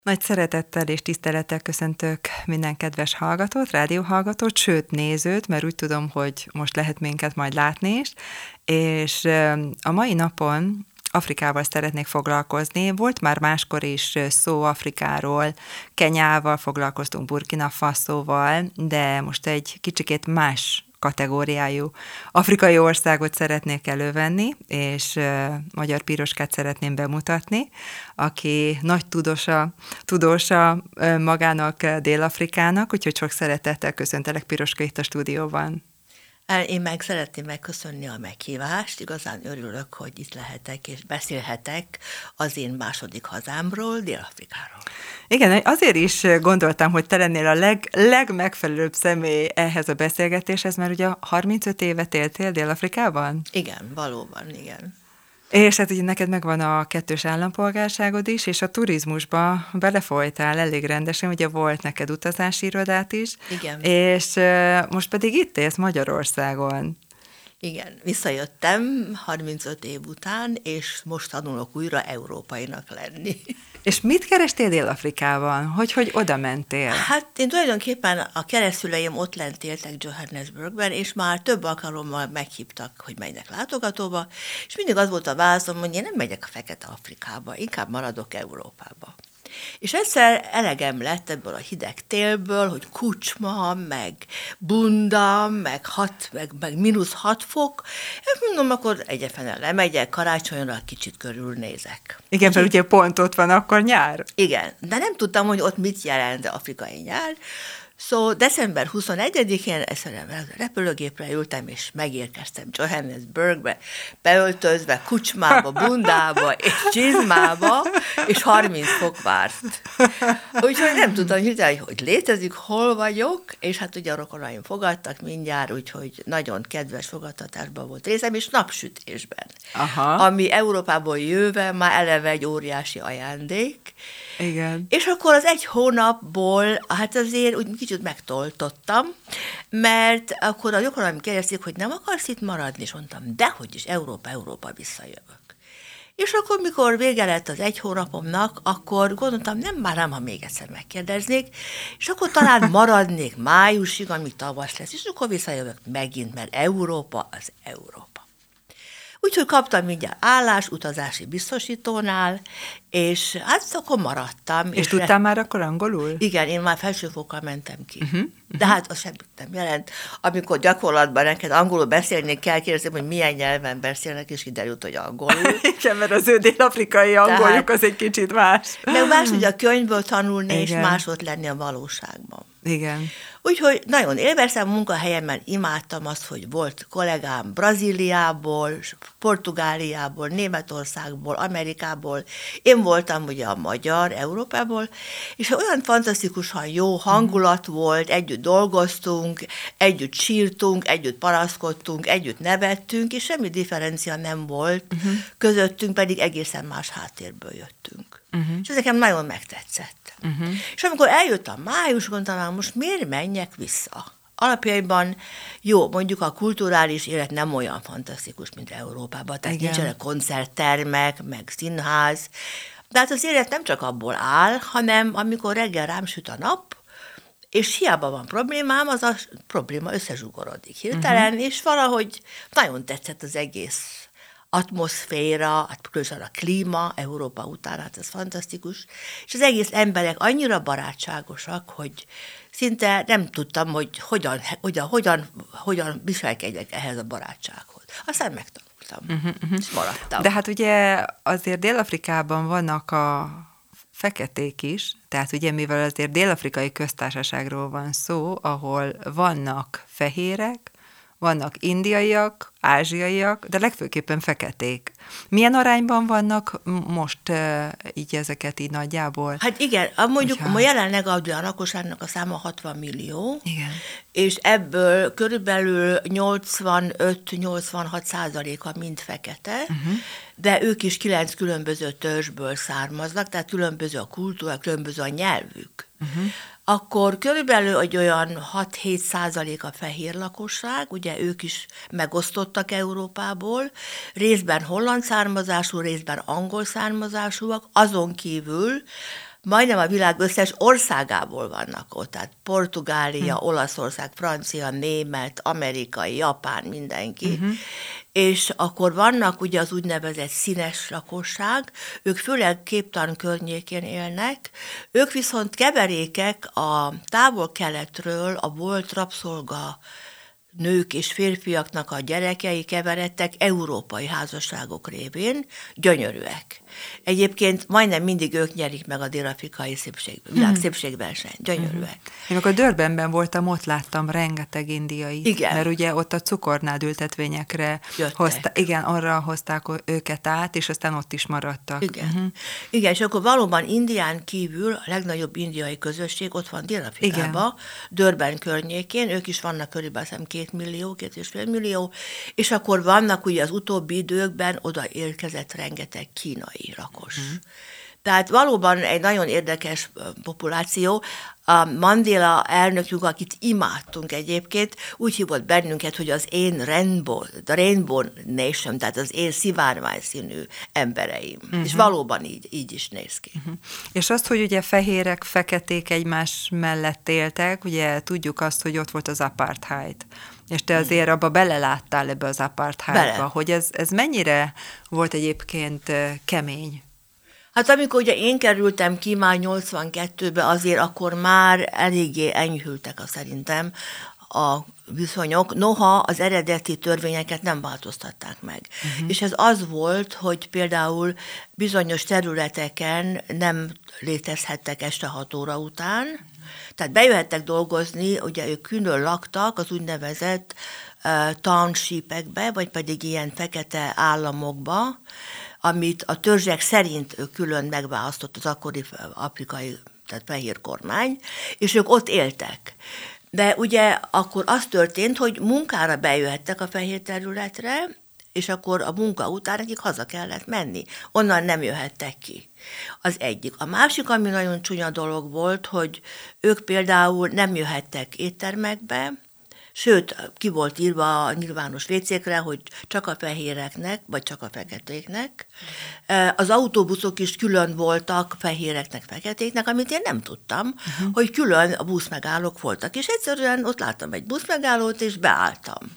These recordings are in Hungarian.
Nagy szeretettel és tisztelettel köszöntök minden kedves hallgatót, rádióhallgatót, sőt nézőt, mert úgy tudom, hogy most lehet minket majd látni is, és a mai napon Afrikával szeretnék foglalkozni. Volt már máskor is szó Afrikáról, Kenyával foglalkoztunk, Burkina Fasoval, de most egy kicsikét más kategóriájú afrikai országot szeretnék elővenni, és Magyar Piroskát szeretném bemutatni, aki nagy tudósa magának Dél-Afrikának, úgyhogy sok szeretettel köszöntelek, Piroska, itt a stúdióban. Én meg szeretném megköszönni a meghívást, igazán örülök, hogy itt lehetek és beszélhetek az én második hazámról, Dél-Afrikáról. Igen, azért is gondoltam, hogy te lennél a legmegfelelőbb személy ehhez a beszélgetéshez, mert ugye 35 évet éltél Dél-Afrikában? Igen, valóban, igen. És hát ugye neked megvan a kettős állampolgárságod is, és a turizmusba belefolytál elég rendesen, ugye volt neked utazási irodát is. Igen. És most pedig itt élsz Magyarországon. Igen, visszajöttem 35 év után, és most tanulok újra európainak lenni. És mit kerestél Dél-Afrikában? Hogy oda mentél? Hát én tulajdonképpen a keresztszüleim ott lent éltek Johannesburgben, és már több alkalommal meghívtak, hogy menjek látogatóba, és mindig az volt a válaszom, hogy én nem megyek a Fekete-Afrikába, inkább maradok Európába. És egyszer elegem lett ebből a hideg télből, hogy kucsma, meg bunda, meg -6 fok, és mondom, akkor egyefene lemegyek, karácsonyra kicsit körülnézek. Igen, mert ugye pont ott van akkor nyár. Igen, de nem tudtam, hogy ott mit jelent afrikai nyár. Szóval december 21-én egyszerűen repülőgépre ültem, és megérkeztem Johannesburgbe, beöltözve, kucsmába, bundába és csizmába, és 30 fok várt. Úgyhogy nem tudtam hitány, hogy létezik, hol vagyok, és hát ugye a rokonaim fogadtak mindjárt, úgyhogy nagyon kedves fogadtatásban volt részem, és napsütésben. Aha. Ami Európából jöve már eleve egy óriási ajándék. Igen. És akkor az egy hónapból, hát azért úgy kicsit megtoltottam, mert akkor a gyakorlatilag kérdezték, hogy nem akarsz itt maradni, és mondtam, dehogy is, Európa visszajövök. És akkor, mikor vége lett az egy hónapomnak, akkor gondoltam, nem, ha még egyszer megkérdeznék, és akkor talán maradnék májusig, amíg tavasz lesz, és akkor visszajövök megint, mert Európa az Európa. Úgyhogy kaptam mindjárt utazási biztosítónál, és hát akkor maradtam. És tudtál már akkor angolul? Igen, én már felsőfokkal mentem ki. De hát az semmit nem jelent. Amikor gyakorlatban neked angolul beszélni kell, kérdezem, hogy milyen nyelven beszélnek, és kiderült, hogy angolul. Igen, mert az ő dél-afrikai angoljuk az egy kicsit más. Meg más ugye a könyvből tanulni, igen. És más ott lenni a valóságban. Igen. Úgyhogy nagyon élveztem a munkahelyemen, imádtam azt, hogy volt kollégám Brazíliából, Portugáliából, Németországból, Amerikából. Én voltam ugye a magyar, Európából, és olyan fantasztikusan jó hangulat volt, együtt dolgoztunk, együtt sírtunk, együtt paraszkodtunk, együtt nevettünk, és semmi differencia nem volt, közöttünk pedig egészen más háttérből jöttünk. És ez nekem nagyon megtetszett. És amikor eljött a május, gondoltam, most miért menjek vissza? Alapjaiban jó, mondjuk a kulturális élet nem olyan fantasztikus, mint Európában, tehát nincsenek koncerttermek, meg színház, de hát az élet nem csak abból áll, hanem amikor reggel rám süt a nap, és hiába van problémám, az a probléma összezsugorodik hirtelen, és valahogy nagyon tetszett az egész atmoszféra, különösen a klíma, Európa után, hát ez fantasztikus, és az egész emberek annyira barátságosak, hogy szinte nem tudtam, hogy hogyan viselkedjek ehhez a barátsághoz. Aztán megtanultam, és maradtam. De hát ugye azért Dél-Afrikában vannak a feketék is, tehát ugye mivel azért Dél-afrikai köztársaságról van szó, ahol vannak fehérek, vannak indiaiak, ázsiaiak, de legfőképpen feketék. Milyen arányban vannak most így ezeket így nagyjából? Hát igen, mondjuk jelenleg a lakosságnak a száma 60 millió, igen. És ebből körülbelül 85-86% mind fekete, de ők is 9 különböző törzsből származnak, tehát különböző a kultúra, különböző a nyelvük. Akkor körülbelül egy olyan 6-7% a fehér lakosság, ugye ők is megosztottak Európából, részben holland származású, részben angol származásúak, azon kívül majdnem a világ összes országából vannak ott, tehát Portugália, Olaszország, Francia, német, amerikai, japán, mindenki. És akkor vannak ugye az úgynevezett színes lakosság, ők főleg Cape Town környékén élnek, ők viszont keverékek a távol-keletről, a volt rabszolga nők és férfiaknak a gyerekei keveredtek európai házasságok révén, gyönyörűek. Egyébként majdnem mindig ők nyerik meg a dél-afrikai világ szépségversenyt, gyönyörűek. Én akkor Durbanben voltam, ott láttam rengeteg indiai. Igen. Mert ugye ott a cukornád ültetvényekre arra hozták őket át, és aztán ott is maradtak. Igen. Igen, és akkor valóban Indián kívül a legnagyobb indiai közösség ott van Dél-Afrikában, Durban környékén, ők is vannak körülbelül 2 millió, 2,5 millió, és akkor vannak ugye az utóbbi időkben oda érkezett rengeteg kínai lakos. Tehát valóban egy nagyon érdekes populáció. A Mandela elnökünk, akit imádtunk egyébként, úgy hívott bennünket, hogy az én the Rainbow Nation, tehát az én szivárványszínű embereim. És valóban így is néz ki. És azt, hogy ugye fehérek, feketék egymás mellett éltek, ugye tudjuk azt, hogy ott volt az apartheid. És te azért abba beleláttál ebbe az apartheidba, hogy ez mennyire volt egyébként kemény? Hát amikor ugye én kerültem ki már 82-be, azért akkor már eléggé enyhültek szerintem a viszonyok, noha az eredeti törvényeket nem változtatták meg. És ez az volt, hogy például bizonyos területeken nem létezhettek este 6 óra után, tehát bejöhettek dolgozni, ugye ők külön laktak az úgynevezett townshipekbe, vagy pedig ilyen fekete államokba, amit a törzsek szerint külön megválasztott az akkori afrikai, tehát fehér kormány, és ők ott éltek. De ugye akkor az történt, hogy munkára bejöhettek a fehér területre, és akkor a munka után nekik haza kellett menni. Onnan nem jöhettek ki. Az egyik. A másik, ami nagyon csúnya dolog volt, hogy ők például nem jöhettek éttermekbe, sőt, ki volt írva a nyilvános vécékre, hogy csak a fehéreknek, vagy csak a feketéknek. Az autóbuszok is külön voltak fehéreknek, feketéknek, amit én nem tudtam, hogy külön a buszmegállók voltak. És egyszerűen ott láttam egy buszmegállót, és beálltam.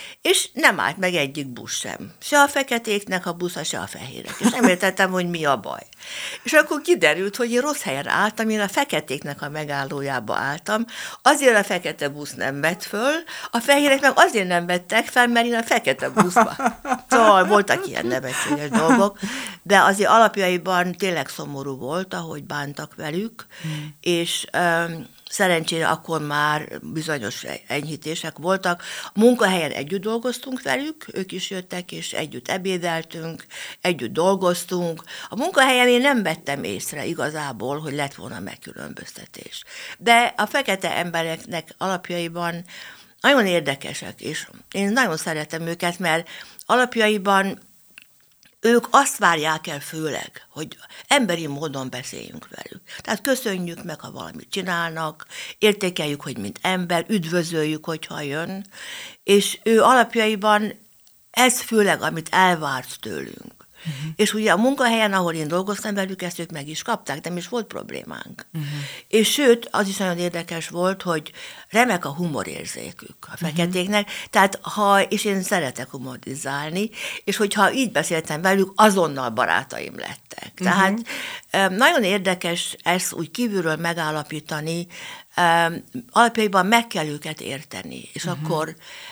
És nem állt meg egyik busz sem. Se a feketéknek a busza, se a fehérek. És nem értettem, hogy mi a baj. És akkor kiderült, hogy én rossz helyen álltam, én a feketéknek a megállójába álltam, azért a fekete busz nem vett föl, a fehérek meg azért nem vettek fel, mert én a fekete buszba. Szóval voltak ilyen nevetséges dolgok, de azért alapjaiban tényleg szomorú volt, ahogy bántak velük, és szerencsére akkor már bizonyos enyhítések voltak. A munkahelyen együtt dolgoztunk velük, ők is jöttek, és együtt ebédeltünk, együtt dolgoztunk. A munkahelyen én nem vettem észre igazából, hogy lett volna megkülönböztetés. De a fekete embereknek alapjaiban nagyon érdekesek, és én nagyon szeretem őket, mert alapjaiban ők azt várják el főleg, hogy emberi módon beszéljünk velük. Tehát köszönjük meg, ha valamit csinálnak, értékeljük, hogy mint ember, üdvözöljük, hogyha jön, és ő alapjaiban ez főleg, amit elvárt tőlünk. És ugye a munkahelyen, ahol én dolgoztam velük, ezt ők meg is kapták, nem is volt problémánk. És sőt, az is nagyon érdekes volt, hogy remek a humorérzékük a feketéknek, tehát és én szeretek humorizálni, és hogyha így beszéltem velük, azonnal barátaim lettek. Tehát nagyon érdekes ezt úgy kívülről megállapítani, alapjaiban meg kell őket érteni, és akkor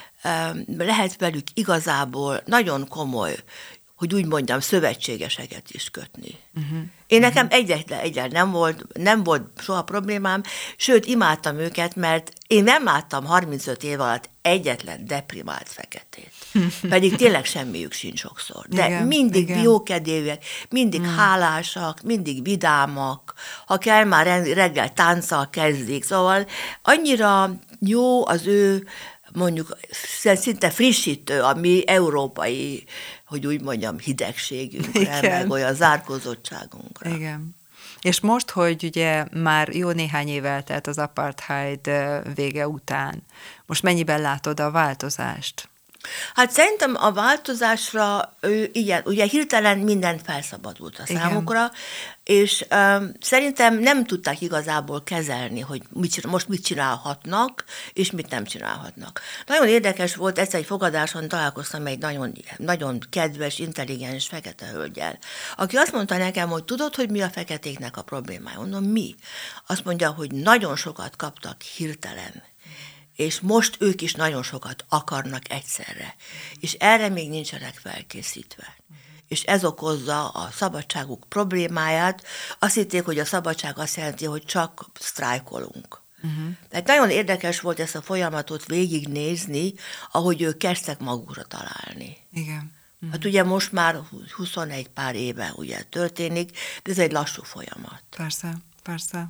lehet velük igazából nagyon komoly, hogy úgy mondjam, szövetségeseket is kötni. Én nekem egyáltalán nem volt soha problémám, sőt, imádtam őket, mert én nem láttam 35 év alatt egyetlen deprimált feketét. Pedig tényleg semmiük sincs sokszor. De igen, mindig jókedélyűek, mindig hálásak, mindig vidámak, ha kell, már reggel tánccal kezdik. Szóval annyira jó az ő, mondjuk szinte frissítő a mi európai, hogy úgy mondjam, hidegségünkre, meg olyan zárkózottságunkra. Igen. És most, hogy ugye már jó néhány év eltelt az apartheid vége után, most mennyiben látod a változást? Hát szerintem a változásra, igen, ugye hirtelen minden felszabadult a számukra, és szerintem nem tudták igazából kezelni, hogy most mit csinálhatnak, és mit nem csinálhatnak. Nagyon érdekes volt, egyszer egy fogadáson találkoztam egy nagyon, nagyon kedves, intelligens fekete hölgyel, aki azt mondta nekem, hogy tudod, hogy mi a feketéknek a problémája? Mondom, mi? Azt mondja, hogy nagyon sokat kaptak hirtelen, és most ők is nagyon sokat akarnak egyszerre, és erre még nincsenek felkészítve. És ez okozza a szabadságuk problémáját. Azt hitték, hogy a szabadság azt jelenti, hogy csak sztrájkolunk. Tehát nagyon érdekes volt ezt a folyamatot végignézni, ahogy ők kezdtek magukra találni. Igen. Hát ugye most már 21 pár éve ugye történik, de ez egy lassú folyamat. Persze.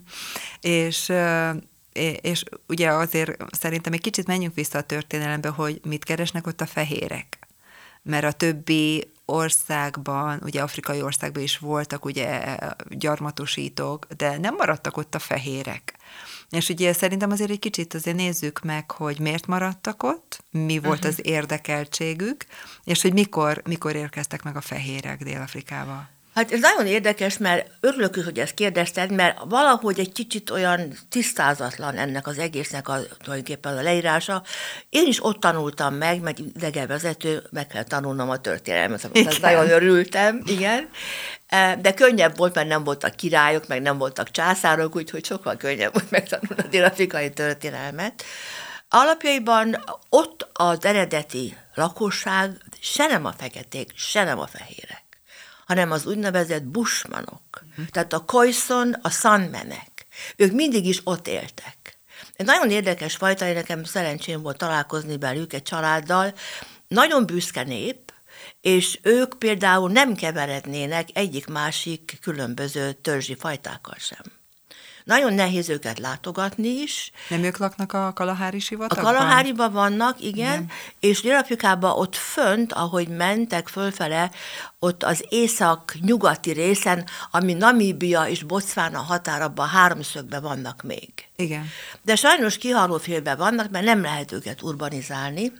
És ugye azért szerintem egy kicsit menjünk vissza a történelembe, hogy mit keresnek ott a fehérek. Mert a többi országban, ugye afrikai országban is voltak ugye gyarmatosítók, de nem maradtak ott a fehérek. És ugye szerintem azért egy kicsit azért nézzük meg, hogy miért maradtak ott, mi volt az érdekeltségük, és hogy mikor érkeztek meg a fehérek Dél-Afrikába. Hát ez nagyon érdekes, mert örülök is, hogy ezt kérdezted, mert valahogy egy kicsit olyan tisztázatlan ennek az egésznek tulajdonképpen a leírása. Én is ott tanultam meg, mert idegenvezető, meg kell tanulnom a történelmet, ezt nagyon örültem, igen. De könnyebb volt, mert nem voltak királyok, meg nem voltak császárok, úgyhogy sokkal könnyebb volt megtanulni a dél-afrikai történelmet. Alapjaiban ott az eredeti lakosság se nem a feketék, se nem a fehérek, hanem az úgynevezett bushmanok. Tehát a Khoisan, a Sanmenek. Ők mindig is ott éltek. Egy nagyon érdekes fajta, én nekem szerencsém volt találkozni velük egy családdal, nagyon büszke nép, és ők például nem keverednének egyik-másik különböző törzsi fajtákkal sem. Nagyon nehéz őket látogatni is. Nem ők laknak a Kalahári sivatagban? A Kalaháriban vannak, igen. És Dél-Afrikában ott fönt, ahogy mentek fölfele, ott az észak-nyugati részen, ami Namíbia és Botswana határában háromszögben vannak még. Igen. De sajnos kihalófélben vannak, mert nem lehet őket urbanizálni.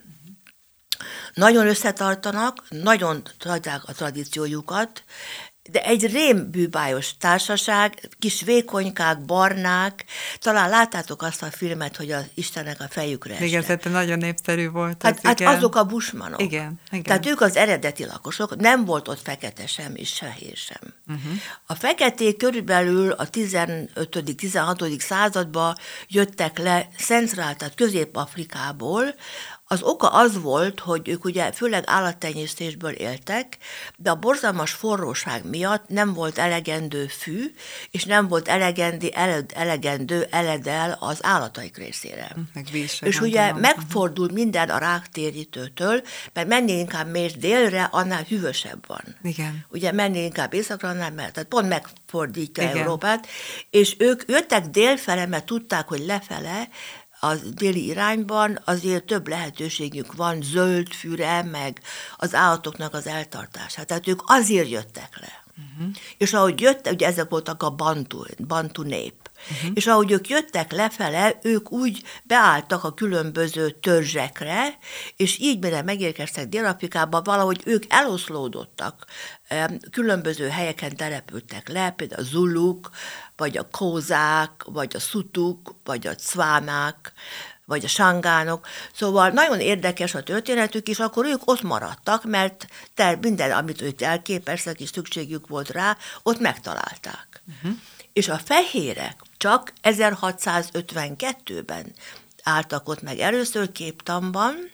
Nagyon összetartanak, nagyon tartják a tradíciójukat, de egy rémbűbájos társaság, kis vékonykák, barnák, talán láttátok azt a filmet, hogy az Istennek a fejükre esne. Igen, szerintem nagyon népszerű volt. Hát azok a bushmanok. Igen. Tehát ők az eredeti lakosok, nem volt ott fekete sem és fehér sem. A feketék körülbelül a 15.-16. században jöttek le Centrál, tehát Közép-Afrikából. Az oka az volt, hogy ők ugye főleg állattenyésztésből éltek, de a borzalmas forróság miatt nem volt elegendő fű, és nem volt elegendő eledel az állataik részére. És ugye megfordul minden a ráktérítőtől, mert mennél inkább mész délre, annál hűvösebb van. Igen. Ugye mennél inkább északra, annál mert, tehát pont megfordítja Európát, és ők jöttek délfele, mert tudták, hogy lefele, a déli irányban azért több lehetőségük van zöld fűre, meg az állatoknak az eltartása. Tehát ők azért jöttek le. És ahogy jöttek, ugye ezek voltak a bantu nép, és ahogy ők jöttek lefele, ők úgy beálltak a különböző törzsekre, és így, mire megérkeztek Dél-Afrikába, valahogy ők eloszlódottak, különböző helyeken települtek le, például a Zuluk, vagy a Kózák, vagy a Szutuk, vagy a Cvánák, vagy a Sangánok. Szóval nagyon érdekes a történetük, és akkor ők ott maradtak, mert minden, amit ők elképesztek, és szükségük volt rá, ott megtalálták. És a fehérek csak 1652-ben álltak ott meg először Cape Townban,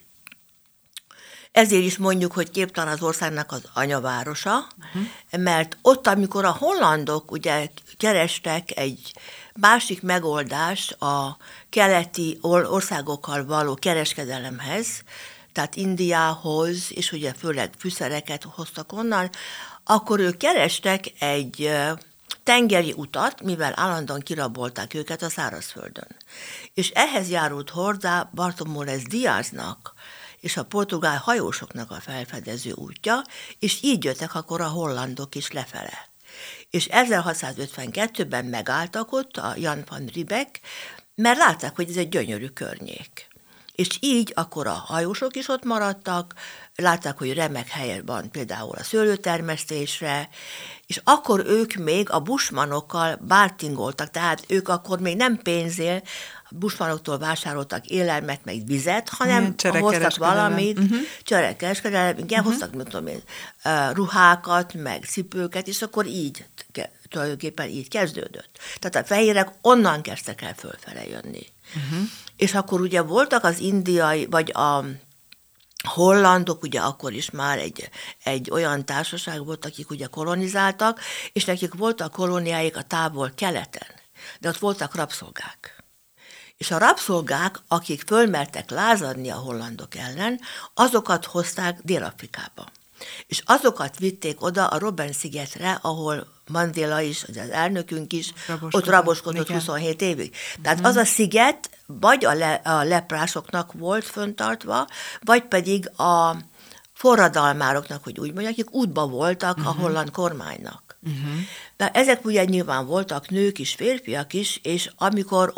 ezért is mondjuk, hogy Cape Town az országnak az anyavárosa, mert ott, amikor a hollandok ugye kerestek egy másik megoldást a keleti országokkal való kereskedelemhez, tehát Indiához, és ugye főleg fűszereket hoztak onnan, akkor ők kerestek egy tengeri utat, mivel állandóan kirabolták őket a szárazföldön. És ehhez járult hozzá Bartolomé Diaznak és a portugál hajósoknak a felfedező útja, és így jöttek akkor a hollandok is lefele. És 1652-ben megálltak ott a Jan van Riebeeck, mert látták, hogy ez egy gyönyörű környék. És így akkor a hajósok is ott maradtak, látták, hogy remek helyen van például a szőlőtermesztésre, és akkor ők még a bushmanokkal bártingoltak, tehát ők akkor még nem pénzért, a bushmanoktól vásároltak élelmet, meg vizet, hanem hoztak valamit, cserekereskedelem, igen, hoztak, mit tudom én, ruhákat, meg cipőket, és akkor így, tulajdonképpen így kezdődött. Tehát a fehérek onnan kezdtek el fölfele jönni. És akkor ugye voltak az indiai, vagy a hollandok, ugye akkor is már egy olyan társaság volt, akik ugye kolonizáltak, és nekik voltak kolóniáik a távol keleten, de ott voltak rabszolgák. És a rabszolgák, akik fölmertek lázadni a hollandok ellen, azokat hozták Dél-Afrikába. És azokat vitték oda a Robben-szigetre, ahol Mandela is, az elnökünk is, ott raboskodott 27 évig. Tehát az a sziget vagy a leprásoknak volt föntartva, vagy pedig a forradalmároknak, hogy úgy mondják, akik útba voltak a holland kormánynak. De ezek ugye nyilván voltak nők is, férfiak is, és amikor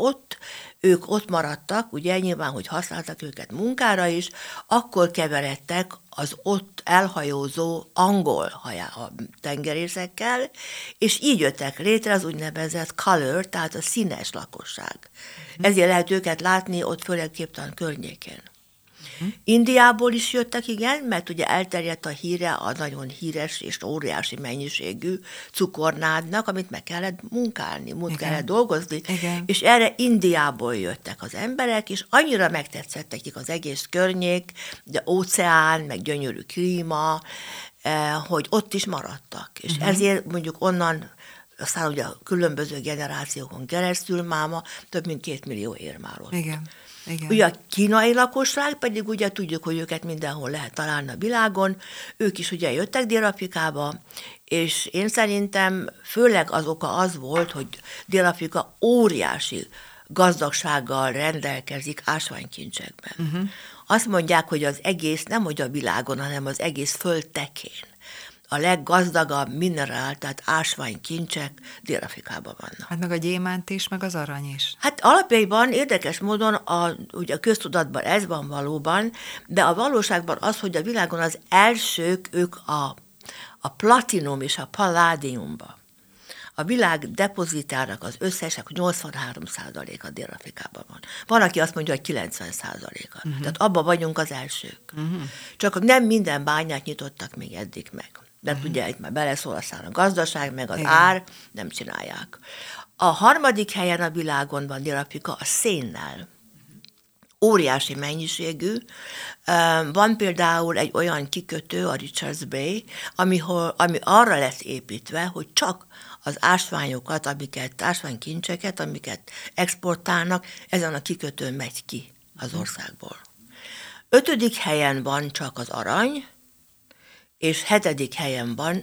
ők ott maradtak, ugye nyilván, hogy használtak őket munkára is, akkor keveredtek az ott elhajózó angol tengerészekkel, és így jöttek létre az úgynevezett color, tehát a színes lakosság. Ezért lehet őket látni ott főleg Cape Town környékén. Indiából is jöttek, igen, mert ugye elterjedt a híre a nagyon híres és óriási mennyiségű cukornádnak, amit meg kellett munkálni, kellett dolgozni, és erre Indiából jöttek az emberek, és annyira megtetszett nekik az egész környék, de óceán, meg gyönyörű klíma, hogy ott is maradtak. És ezért mondjuk onnan, aztán ugye a különböző generációkon keresztül máma több mint 2 millió ér már ott. Igen. Ugye a kínai lakosság pedig ugye tudjuk, hogy őket mindenhol lehet találni a világon, ők is ugye jöttek Dél-Afrikába, és én szerintem főleg az oka az volt, hogy Dél-Afrika óriási gazdagsággal rendelkezik ásványkincsekben. Azt mondják, hogy az egész, nem hogy a világon, hanem az egész föld tekén a leggazdagabb minerál, tehát ásványkincsek Dél-Afrikában vannak. Hát meg a gyémánt is, meg az arany is. Hát alapjaiban érdekes módon ugye a köztudatban ez van valóban, de a valóságban az, hogy a világon az elsők ők a platinum és a palládiumba. A világ depozitának az összesek 83%-a Dél-Afrikában van. Van, aki azt mondja, hogy 90%-a. Tehát abban vagyunk az elsők. Csak nem minden bányát nyitottak még eddig meg. De ugye itt már beleszól aztán a gazdaság, meg az ár, nem csinálják. A harmadik helyen a világon van Dél-Afrika a szénnel. Óriási mennyiségű. Van például egy olyan kikötő, a Richards Bay, ami arra lesz építve, hogy csak az ásványokat, ásványkincseket, amiket exportálnak, ezen a kikötőn megy ki az országból. 5. helyen van csak az arany, és 7. helyen van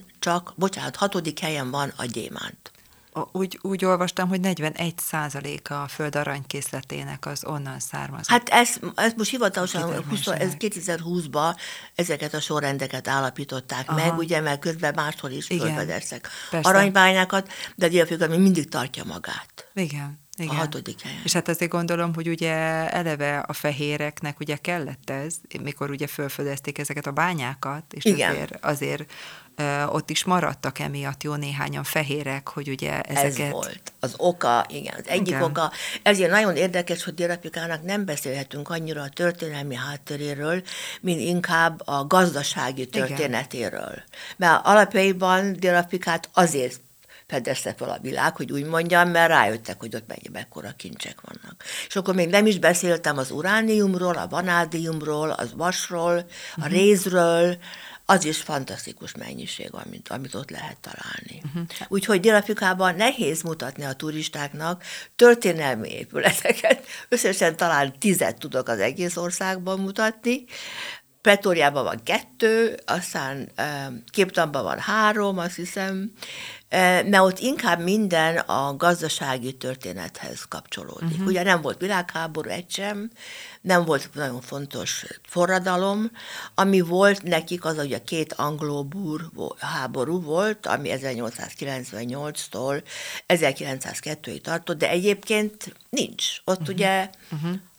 6. helyen van a gyémánt. Úgy olvastam, hogy 41%-a a föld aranykészletének az onnan származik. Hát ez most hivatalosan 2020-ban ezeket a sorrendeket állapították meg, ugye, mert közben máshol is fölfedeztek aranybányákat, de Dél-Afrika még mindig tartja magát. Igen. A 6. helyen. És hát azért gondolom, hogy ugye eleve a fehéreknek ugye kellett ez, mikor ugye fölfedezték ezeket a bányákat, és azért ott is maradtak emiatt jó néhányan fehérek, hogy ugye ezeket... Ez volt az oka, igen, az egyik oka. Ezért nagyon érdekes, hogy Dél-Afrikának nem beszélhetünk annyira a történelmi hátteréről, mint inkább a gazdasági történetéről. Mert alapjaiban Dél-Afrikát azért fedezte fel a világ, hogy úgy mondjam, mert rájöttek, hogy ott mekkora kincsek vannak. És akkor még nem is beszéltem az urániumról, a vanádiumról, az vasról, a rézről, az is fantasztikus mennyiség, amit ott lehet találni. Úgyhogy Dél-Afrikában nehéz mutatni a turistáknak történelmi épületeket. Összesen talán 10 tudok az egész országban mutatni. Pretóriában van 2, aztán Cape Townban van 3, azt hiszem, mert ott inkább minden a gazdasági történethez kapcsolódik. Ugye nem volt világháború, egy sem, nem volt nagyon fontos forradalom, ami volt nekik az, hogy a 2 angló-búr háború volt, ami 1898-tól 1902-ig tartott, de egyébként nincs. Ott ugye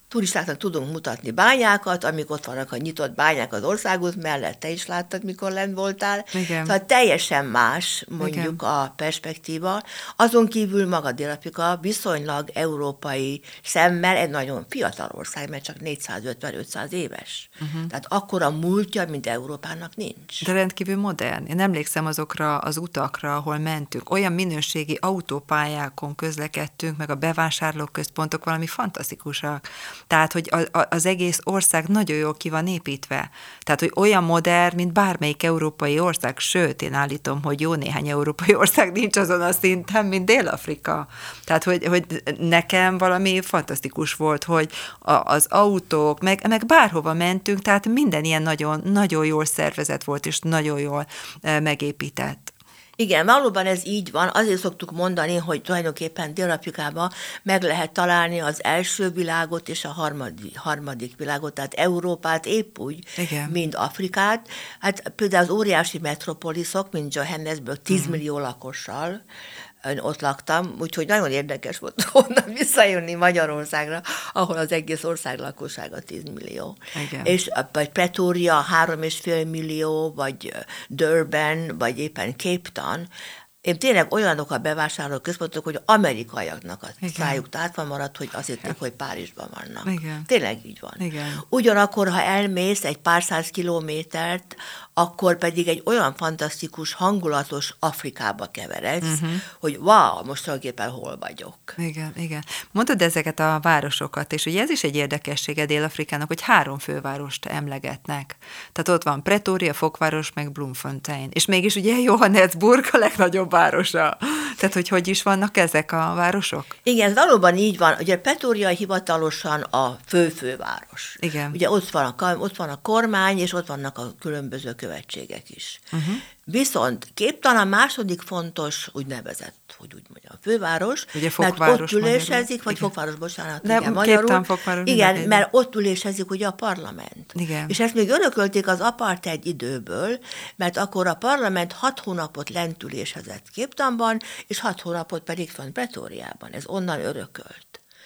turistáknak tudunk mutatni bányákat, amik ott vannak a nyitott bányák az országút mellett, te is láttad, mikor lent voltál. Igen. Tehát teljesen más, mondjuk Igen. a perspektíva. Azon kívül maga Dél-Afrika viszonylag európai szemmel egy nagyon fiatal ország, mert csak 450-500 éves. Tehát akkora múltja, mint Európának nincs. De rendkívül modern. Én emlékszem azokra az utakra, ahol mentünk. Olyan minőségi autópályákon közlekedtünk, meg a bevásárlóközpontok valami fantasztikusak. Tehát, hogy az egész ország nagyon jól ki van építve. Tehát, hogy olyan modern, mint bármelyik európai ország, sőt, én állítom, hogy jó néhány európai ország nincs azon a szinten, mint Dél-Afrika. Tehát, hogy nekem valami fantasztikus volt, hogy az autók, meg bárhova mentünk, tehát minden ilyen nagyon, nagyon jól szervezett volt, és nagyon jól megépített. Igen, valóban ez így van, azért szoktuk mondani, hogy tulajdonképpen Dél-Afrikában meg lehet találni az első világot és a harmadik világot, tehát Európát épp úgy, Igen. mint Afrikát. Hát például az óriási metropoliszok, mint Johannesburg 10 millió lakossal, ott laktam, úgyhogy nagyon érdekes volt onnan visszajönni Magyarországra, ahol az egész ország lakossága 10 millió. Igen. És vagy Pretoria 3,5 millió, vagy Durban, vagy éppen Cape Town. Én tényleg olyanok a bevásárló központok, hogy amerikaiaknak a szájuk tátva maradt, hogy azt hitték, hogy Párizsban vannak. Igen. Tényleg így van. Igen. Ugyanakkor, ha elmész egy pár száz kilométert, akkor pedig egy olyan fantasztikus, hangulatos Afrikába keveredsz, hogy wow, most tulajdonképpen hol vagyok. Igen, igen. Mondtad ezeket a városokat, és ugye ez is egy érdekessége Dél-Afrikának, hogy 3 fővárost emlegetnek. Tehát ott van Pretoria, Fokváros, meg Bloemfontein. És mégis ugye Johannesburg a legnagyobb városa. Tehát, hogy is vannak ezek a városok? Igen, valóban így van. Ugye Pretoria hivatalosan a főváros. Igen. Ugye ott van a kormány, és ott vannak a különböző követségek is. Viszont Cape Town a második fontos, úgynevezett, hogy úgy mondjam, a főváros, ugye mert ott ülésezik, vagy Fokváros, bocsánat, nem, igen, magyarul. Cape Town, Fokváros, igen, mert ott ülésezik ugye a parlament. Igen. És ezt még örökölték az apartheid időből, mert akkor a parlament 6 hónapot lent ülésezett Cape Townban, és 6 hónapot pedig fönn Pretóriában. Ez onnan örökölt.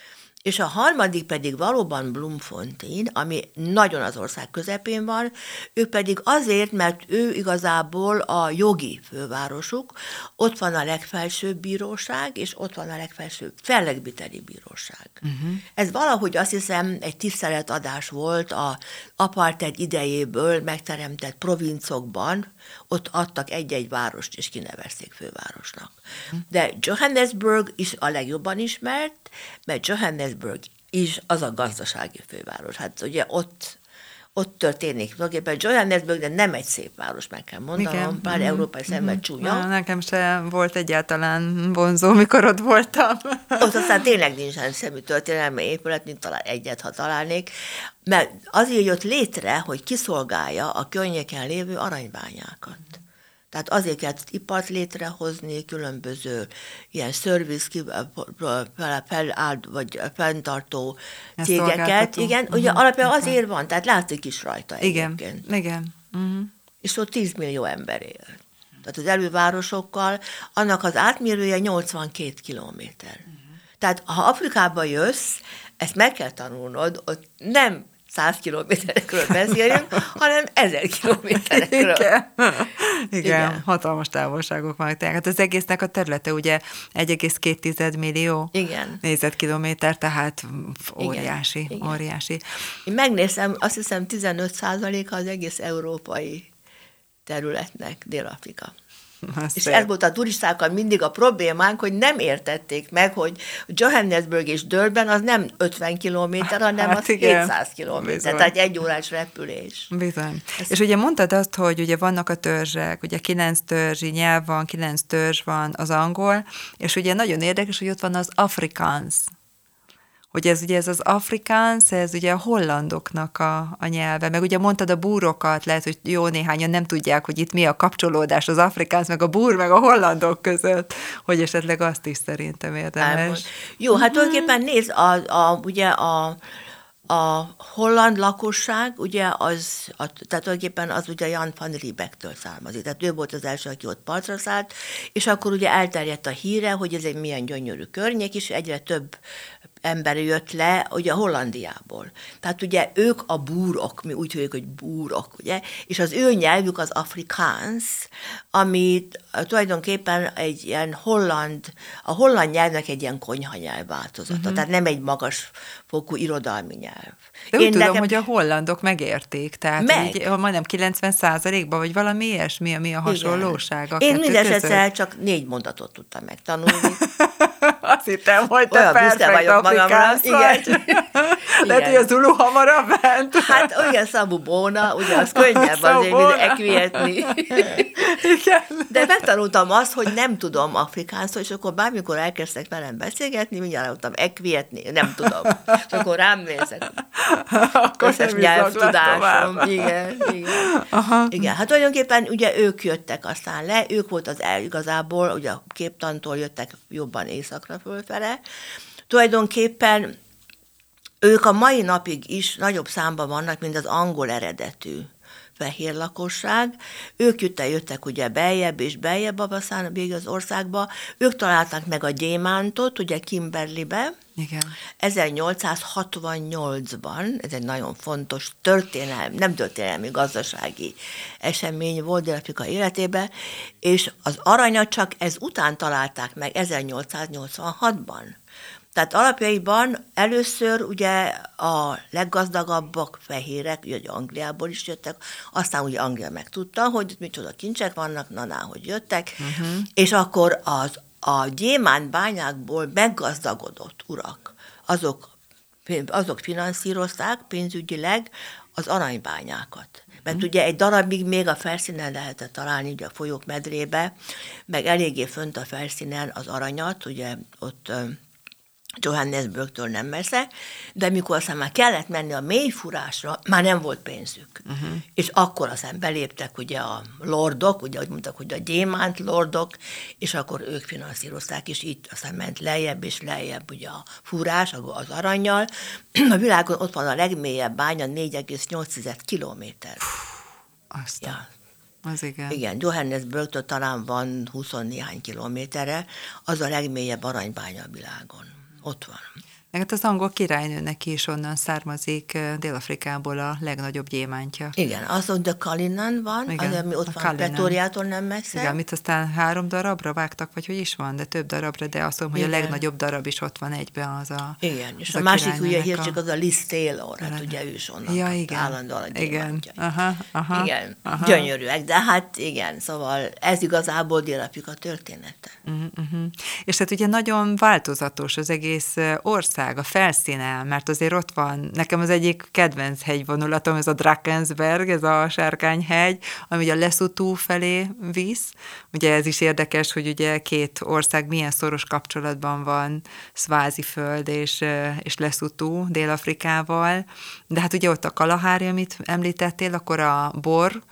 És a harmadik pedig valóban Bloemfontein, ami nagyon az ország közepén van, ő pedig azért, mert ő igazából a jogi fővárosuk, ott van a legfelsőbb bíróság, és ott van a legfelsőbb fellegbiteli bíróság. Ez valahogy azt hiszem egy tiszteletadás volt az apartheid idejéből megteremtett provincokban, ott adtak egy-egy várost, és kinevezték fővárosnak. De Johannesburg is a legjobban ismert, mert Johannesburg is az a gazdasági főváros. Hát ugye ott történik tulajdonképpen Johannesburg, de nem egy szép város, meg kell mondanom, pár európai szemben csúnya. Nekem se volt egyáltalán vonzó, mikor ott voltam. Ott aztán tényleg nincsen szemű történelmi épület, mint talán egyet, ha találnék, mert azért jött létre, hogy kiszolgálja a környéken lévő aranybányákat. Tehát azért kellett ipart létrehozni, különböző ilyen szerviz, vagy fenntartó cégeket. Igen, ugye alapján azért van, tehát látszik is rajta egyébként. Igen. És ott 10 millió ember él. Tehát az elővárosokkal, annak az átmérője 82 kilométer. Tehát ha Afrikába jössz, ezt meg kell tanulnod, ott nem 100 kilométerekről beszélünk, hanem 1000 kilométerekről. Igen, hatalmas távolságok vannak. Tehát az egésznek a területe ugye 1,2 millió négyzetkilométer, tehát óriási, igen. óriási. Én megnézem, azt hiszem 15%-a az egész európai területnek Dél-Afrika. És ez volt a turistákkal mindig a problémánk, hogy nem értették meg, hogy Johannesburg és Durban az nem 50 kilométer, hanem az 200 kilométer, tehát 1 órás repülés. Bizony. És ugye mondtad azt, hogy ugye vannak a törzsek, ugye 9 törzsi nyelv van, 9 törzs van az angol, és ugye nagyon érdekes, hogy ott van az Afrikaans. Hogy ez az Afrikaans, ez ugye a hollandoknak a nyelve, meg ugye mondtad a búrokat, lehet, hogy jó néhányan nem tudják, hogy itt mi a kapcsolódás az Afrikaans, meg a búr, meg a hollandok között, hogy esetleg azt is szerintem érdemes. Jó, hát tulajdonképpen nézd, ugye a holland lakosság, ugye tehát tulajdonképpen az ugye Jan van Riebeektől származik. Tehát ő volt az első, aki ott partra szállt, és akkor ugye elterjedt a híre, hogy ez egy milyen gyönyörű környék, és egyre több ember jött le, ugye Hollandiából. Tehát ugye ők a búrok, mi úgy hívjuk, hogy búrok, ugye, és az ő nyelvük az Afrikaans, amit tulajdonképpen egy ilyen a holland nyelvnek egy ilyen konyhanyelv változata, tehát nem egy magasfokú irodalmi nyelv. De úgy tudom, hogy a hollandok megérték, tehát így, majdnem 90%-ban, vagy valami ilyesmi, mi a hasonlóság a Én kettő mindesetre csak 4 mondatot tudtam megtanulni. Azt hittem, hogy te perfekt afrikánsz vagy. Lehet, hogy a Zulu hamarabb ment. Hát olyan szabubóna, ugye az könnyebb azért, mint ekvietni. Igen. De megtanultam azt, hogy nem tudom afrikánszól, és akkor bármikor elkezdtek velem beszélgetni, mindjárt mondtam ekvietni, nem tudom. És akkor rám nézek. Összes nyelvtudásom. Igen. Igen, hát tulajdonképpen ugye ők jöttek aztán le, ők volt az igazából, ugye a Képtantól jöttek jobban északra fölfele. Tulajdonképpen ők a mai napig is nagyobb számban vannak, mint az angol eredetű fehér lakosság. Ők jöttek ugye beljebb és beljebb aztán végig az országba. Ők találták meg a gyémántot, ugye Kimberleybe. Igen. 1868-ban, ez egy nagyon fontos nem történelmi, gazdasági esemény volt Dél-Afrika életében, és az aranyat csak ez után találták meg 1886-ban. Tehát alapjaiban először ugye a leggazdagabbak fehérek, ugye Angliából is jöttek, aztán ugye Anglia megtudta, hogy micsoda kincsek vannak, hogy jöttek, és akkor a gyémántbányákból meggazdagodott urak, azok finanszírozták pénzügyileg az aranybányákat. Mert ugye egy darabig még a felszínen lehetett találni, ugye a folyók medrébe, meg eléggé fönt a felszínen az aranyat, ugye ott Johannesburgtől nem messze, de mikor aztán már kellett menni a mélyfúrásra, már nem volt pénzük. És akkor aztán beléptek ugye a lordok, ugye, ahogy mondtak, hogy a gyémánt lordok, és akkor ők finanszírozták, és itt aztán ment lejjebb és lejjebb ugye a fúrás az arannyal. A világon ott van a legmélyebb bánya, 4,8 kilométer. Aztán. Az igen. Igen, Johannesburgtől talán van 20 néhány kilométerre, az a legmélyebb aranybánya a világon. Ott van. Meg hát az angol királynőnek is onnan származik Dél-Afrikából a legnagyobb gyémántja. Igen, azon de Cullinan van, igen, az, ami ott van Pretóriától nem messze. Igen, amit aztán 3 darabra vágtak, vagy hogy is van, de több darabra, de azt mondom, hogy a legnagyobb darab is ott van egyben az a igen, és a másik ugye hírcsik az a Liz Taylor, hát ugye ő is onnan állandóan a gyémántja. Igen, gyönyörűek, de hát igen, szóval ez igazából Dél-Afrika története. És hát ugye nagyon változatos az egész ország, a felszíne, mert azért ott van, nekem az egyik kedvenc hegyvonulatom, ez a Drakensberg, ez a Sárkányhegy, ami ugye a Lesotho felé visz. Ugye ez is érdekes, hogy ugye 2 ország milyen szoros kapcsolatban van, Sváziföld és Lesotho Dél-Afrikával, de hát ugye ott a Kalahari, amit említettél, akkor a bor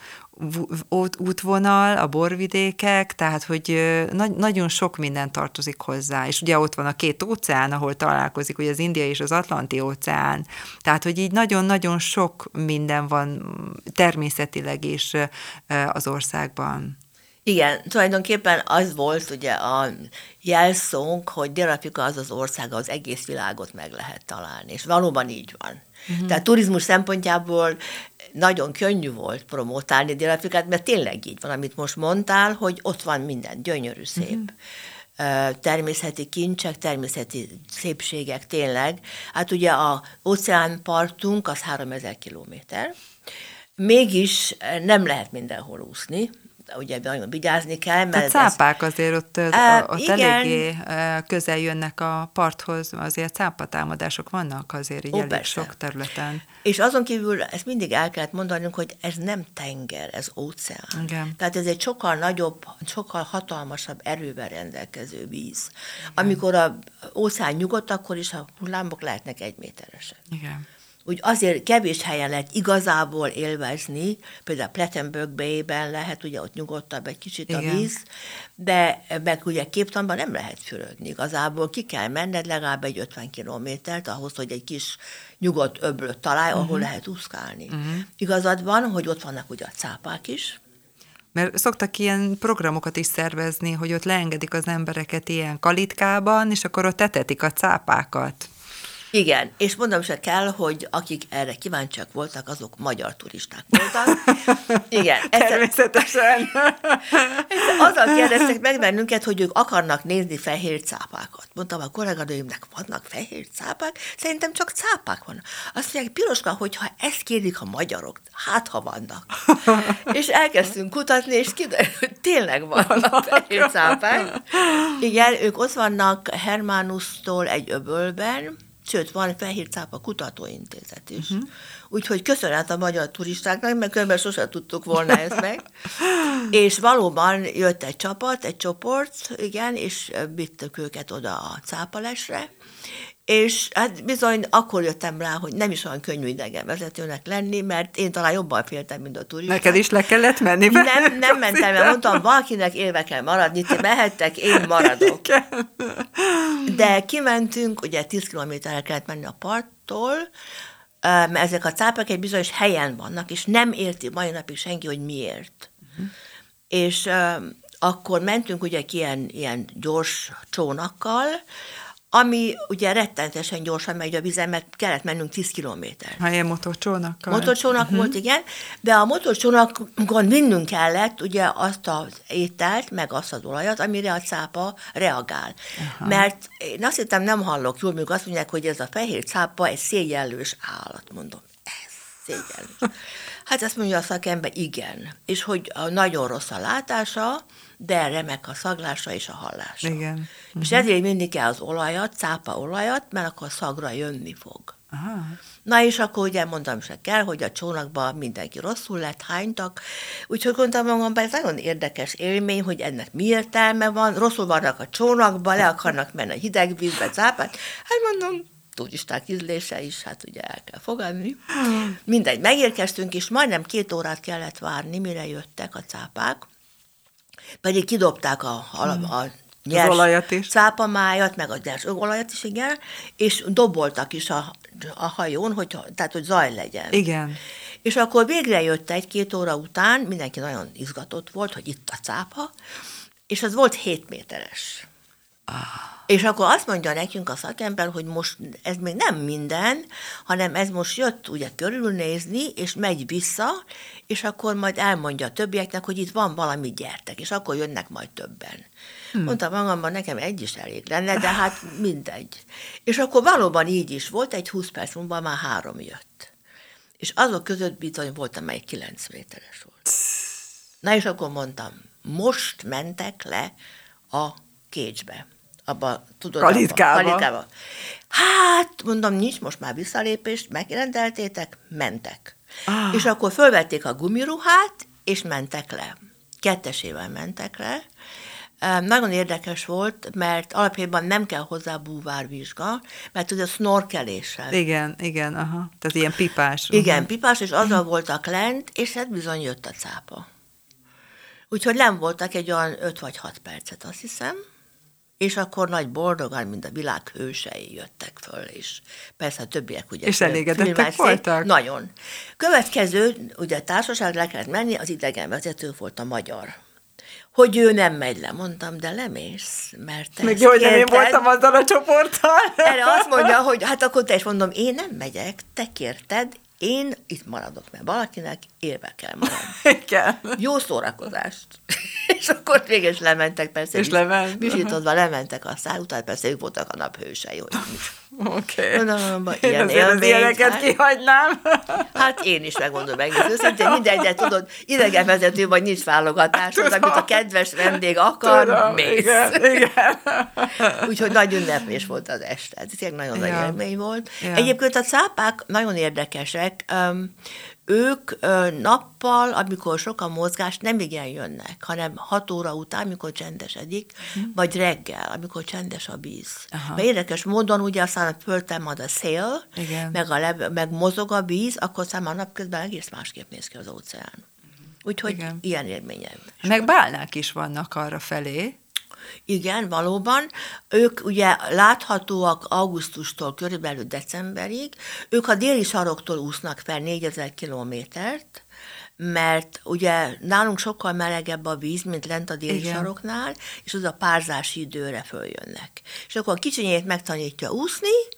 útvonal, a borvidékek, tehát, hogy nagyon sok minden tartozik hozzá, és ugye ott van a 2 óceán, ahol találkozik, ugye az Indiai és az Atlanti óceán, tehát, hogy így nagyon-nagyon sok minden van természetileg is az országban. Igen, tulajdonképpen az volt ugye a jelszónk, hogy Dél-Afrika az az ország, az egész világot meg lehet találni, és valóban így van. Tehát turizmus szempontjából nagyon könnyű volt promotálni Dél-Afrikát, mert tényleg így van, amit most mondtál, hogy ott van minden, gyönyörű, szép. Természeti kincsek, természeti szépségek tényleg. Hát ugye az óceánpartunk az 3000 kilométer, mégis nem lehet mindenhol úszni, ugye nagyon vigyázni kell. Mert a cápák azért ott eléggé közel jönnek a parthoz, azért cápatámadások vannak azért így elég sok területen. És azon kívül ezt mindig el kellett mondanunk, hogy ez nem tenger, ez óceán. Igen. Tehát ez egy sokkal nagyobb, sokkal hatalmasabb erővel rendelkező víz. Igen. Amikor az óceán nyugodt, akkor is a hullámok lehetnek 1 méteresek. Igen. Úgy azért kevés helyen lehet igazából élvezni, például Plettenberg Bay-ben lehet, ugye ott nyugodtabb egy kicsit a víz, de meg ugye Képtanban nem lehet fürödni. Igazából ki kell menned legalább egy 50 kilométert ahhoz, hogy egy kis nyugodt öblöt találj, ahol lehet úszkálni. Igazad van, hogy ott vannak ugye a cápák is. Mert szoktak ilyen programokat is szervezni, hogy ott leengedik az embereket ilyen kalitkában, és akkor ott etetik a cápákat. Igen, és mondom se kell, hogy akik erre kíváncsiak voltak, azok magyar turisták voltak. Igen. Természetesen. Azzal kérdeztek meg bennünket, hogy ők akarnak nézni fehér cápákat. Mondtam a kolléganőimnek, vannak fehér cápák? Szerintem csak cápák vannak. Azt mondják, Piroska, hogyha ezt kérdik a magyarok, hát ha vannak. És elkezdtünk kutatni, és kiderült, hogy tényleg vannak fehér cápák. Igen, ők ott vannak Hermanusztól egy öbölben, sőt, van Fehér Cápa Kutatóintézet is. Úgyhogy köszönet a magyar turistáknak, mert különben sosem tudtuk volna ezt meg. És valóban jött egy csapat, egy csoport, igen, és vittük őket oda a cápalesre, és hát bizony akkor jöttem rá, hogy nem is olyan könnyű idegenvezetőnek lenni, mert én talán jobban féltem, mint a turisták. Neked is le kellett menni? Nem mentem, mert mondtam, valakinek élve kell maradni, ti mehettek, én maradok. Igen. De kimentünk, ugye 10 kilométerre kellett menni a parttól, mert ezek a cápák egy bizonyos helyen vannak, és nem érti mai napig senki, hogy miért. És akkor mentünk ugye ilyen gyors csónakkal, ami ugye rettenetesen gyorsan megy a vízen, mert kellett mennünk 10 kilométer. Ha ilyen motorcsónakkal. Motorcsónak volt, igen, de a motorcsónakon vinnünk kellett ugye azt az ételt, meg azt az olajat, amire a cápa reagál. Aha. Mert én azt hittem, nem hallok jól, mikor azt mondják, hogy ez a fehér cápa egy szégyellős állat, mondom. Ez szégyellős. Hát azt mondja a szakember, igen. És hogy nagyon rossz a látása, de remek a szaglása és a hallása. Igen. És ezért mindig kell az olajat, cápaolajat, mert akkor a szagra jönni fog. Aha. Na és akkor ugye mondtam se kell, hogy a csónakban mindenki rosszul lett, hánytak, úgyhogy gondoltam magamban, ez nagyon érdekes élmény, hogy ennek mi értelme van, rosszul vannak a csónakban, le akarnak menni a hideg vízbe, cápát, hát mondom, turisták ízlése is, hát ugye el kell fogadni. Mindegy, megérkeztünk, és majdnem 2 órát kellett várni, mire jöttek a cápák, pedig kidobták a nyers cápamájat, meg a nyers olajat is, igen, és doboltak is a hajón, tehát hogy zaj legyen. Igen. És akkor végre jött 1-2 óra után, mindenki nagyon izgatott volt, hogy itt a cápa, és az volt 7 méteres. És akkor azt mondja nekünk a szakember, hogy most ez még nem minden, hanem ez most jött ugye körülnézni, és megy vissza, és akkor majd elmondja a többieknek, hogy itt van valami, gyertek, és akkor jönnek majd többen. Mondtam magamban, nekem egy is elég lenne, de hát mindegy. És akkor valóban így is volt, egy 20 perc múlva már 3 jött. És azok között bizony volt, amely 9 méteres volt. Na és akkor mondtam, most mentek le a Cage-be. Abba, tudod, kalitkába. Hát, mondom, nincs most már visszalépést, megrendeltétek, mentek. És akkor fölvették a gumiruhát, és mentek le. 2-esével mentek le. Nagyon érdekes volt, mert alapjában nem kell hozzá búvárvizsga, mert ugye snorkeléssel. Igen, aha. Tehát ilyen pipás. Igen, pipás, és azzal voltak lent, és hát bizony jött a cápa. Úgyhogy nem voltak egy olyan 5 vagy 6 percet, azt hiszem, és akkor nagy boldogan, mint a világ hősei jöttek föl, és persze a többiek ugye... És elégedettek voltak? Nagyon. Következő, ugye társaság le kellett menni, az idegenvezető volt a magyar. Hogy ő nem megy le, mondtam, de lemész, mert te még jó, hogy nem én voltam azzal a csoporttal. Erre azt mondja, hogy hát akkor te is, mondom, én nem megyek, te kérted, én itt maradok, mert valakinek élve kell maradni. Igen. Jó szórakozást. És akkor végül is lementek, persze. És visítodva lementek a szál, utána persze ők voltak a naphősei, hogy Oké. Ilyen az ilyeneket kihagynám. Hát én is megmondom meg, őszintén mindegy, de tudod, idegenvezető vagy nincs válogatás, az, amit a kedves vendég akar, mész. Igen. Úgyhogy nagy ünneplés volt az este. Ez tényleg nagyon nagy élmény volt. Ja. Egyébként a cápák nagyon érdekesek. Ők nappal, amikor sok a mozgás, nem igen jönnek, hanem 6 óra után, amikor csendesedik, vagy reggel, amikor csendes a víz. Mert érdekes módon ugye aztán föltámad a szél, meg mozog a víz, akkor aztán a napközben egész másképp néz ki az óceán. Úgyhogy ilyen élményem. Meg bálnák is vannak arra felé. Igen, valóban. Ők ugye láthatóak augusztustól körülbelül decemberig. Ők a déli saroktól úsznak fel 4000 kilométert, mert ugye nálunk sokkal melegebb a víz, mint lent a déli saroknál, és az a párzási időre följönnek. És akkor a kicsinyét megtanítja úszni,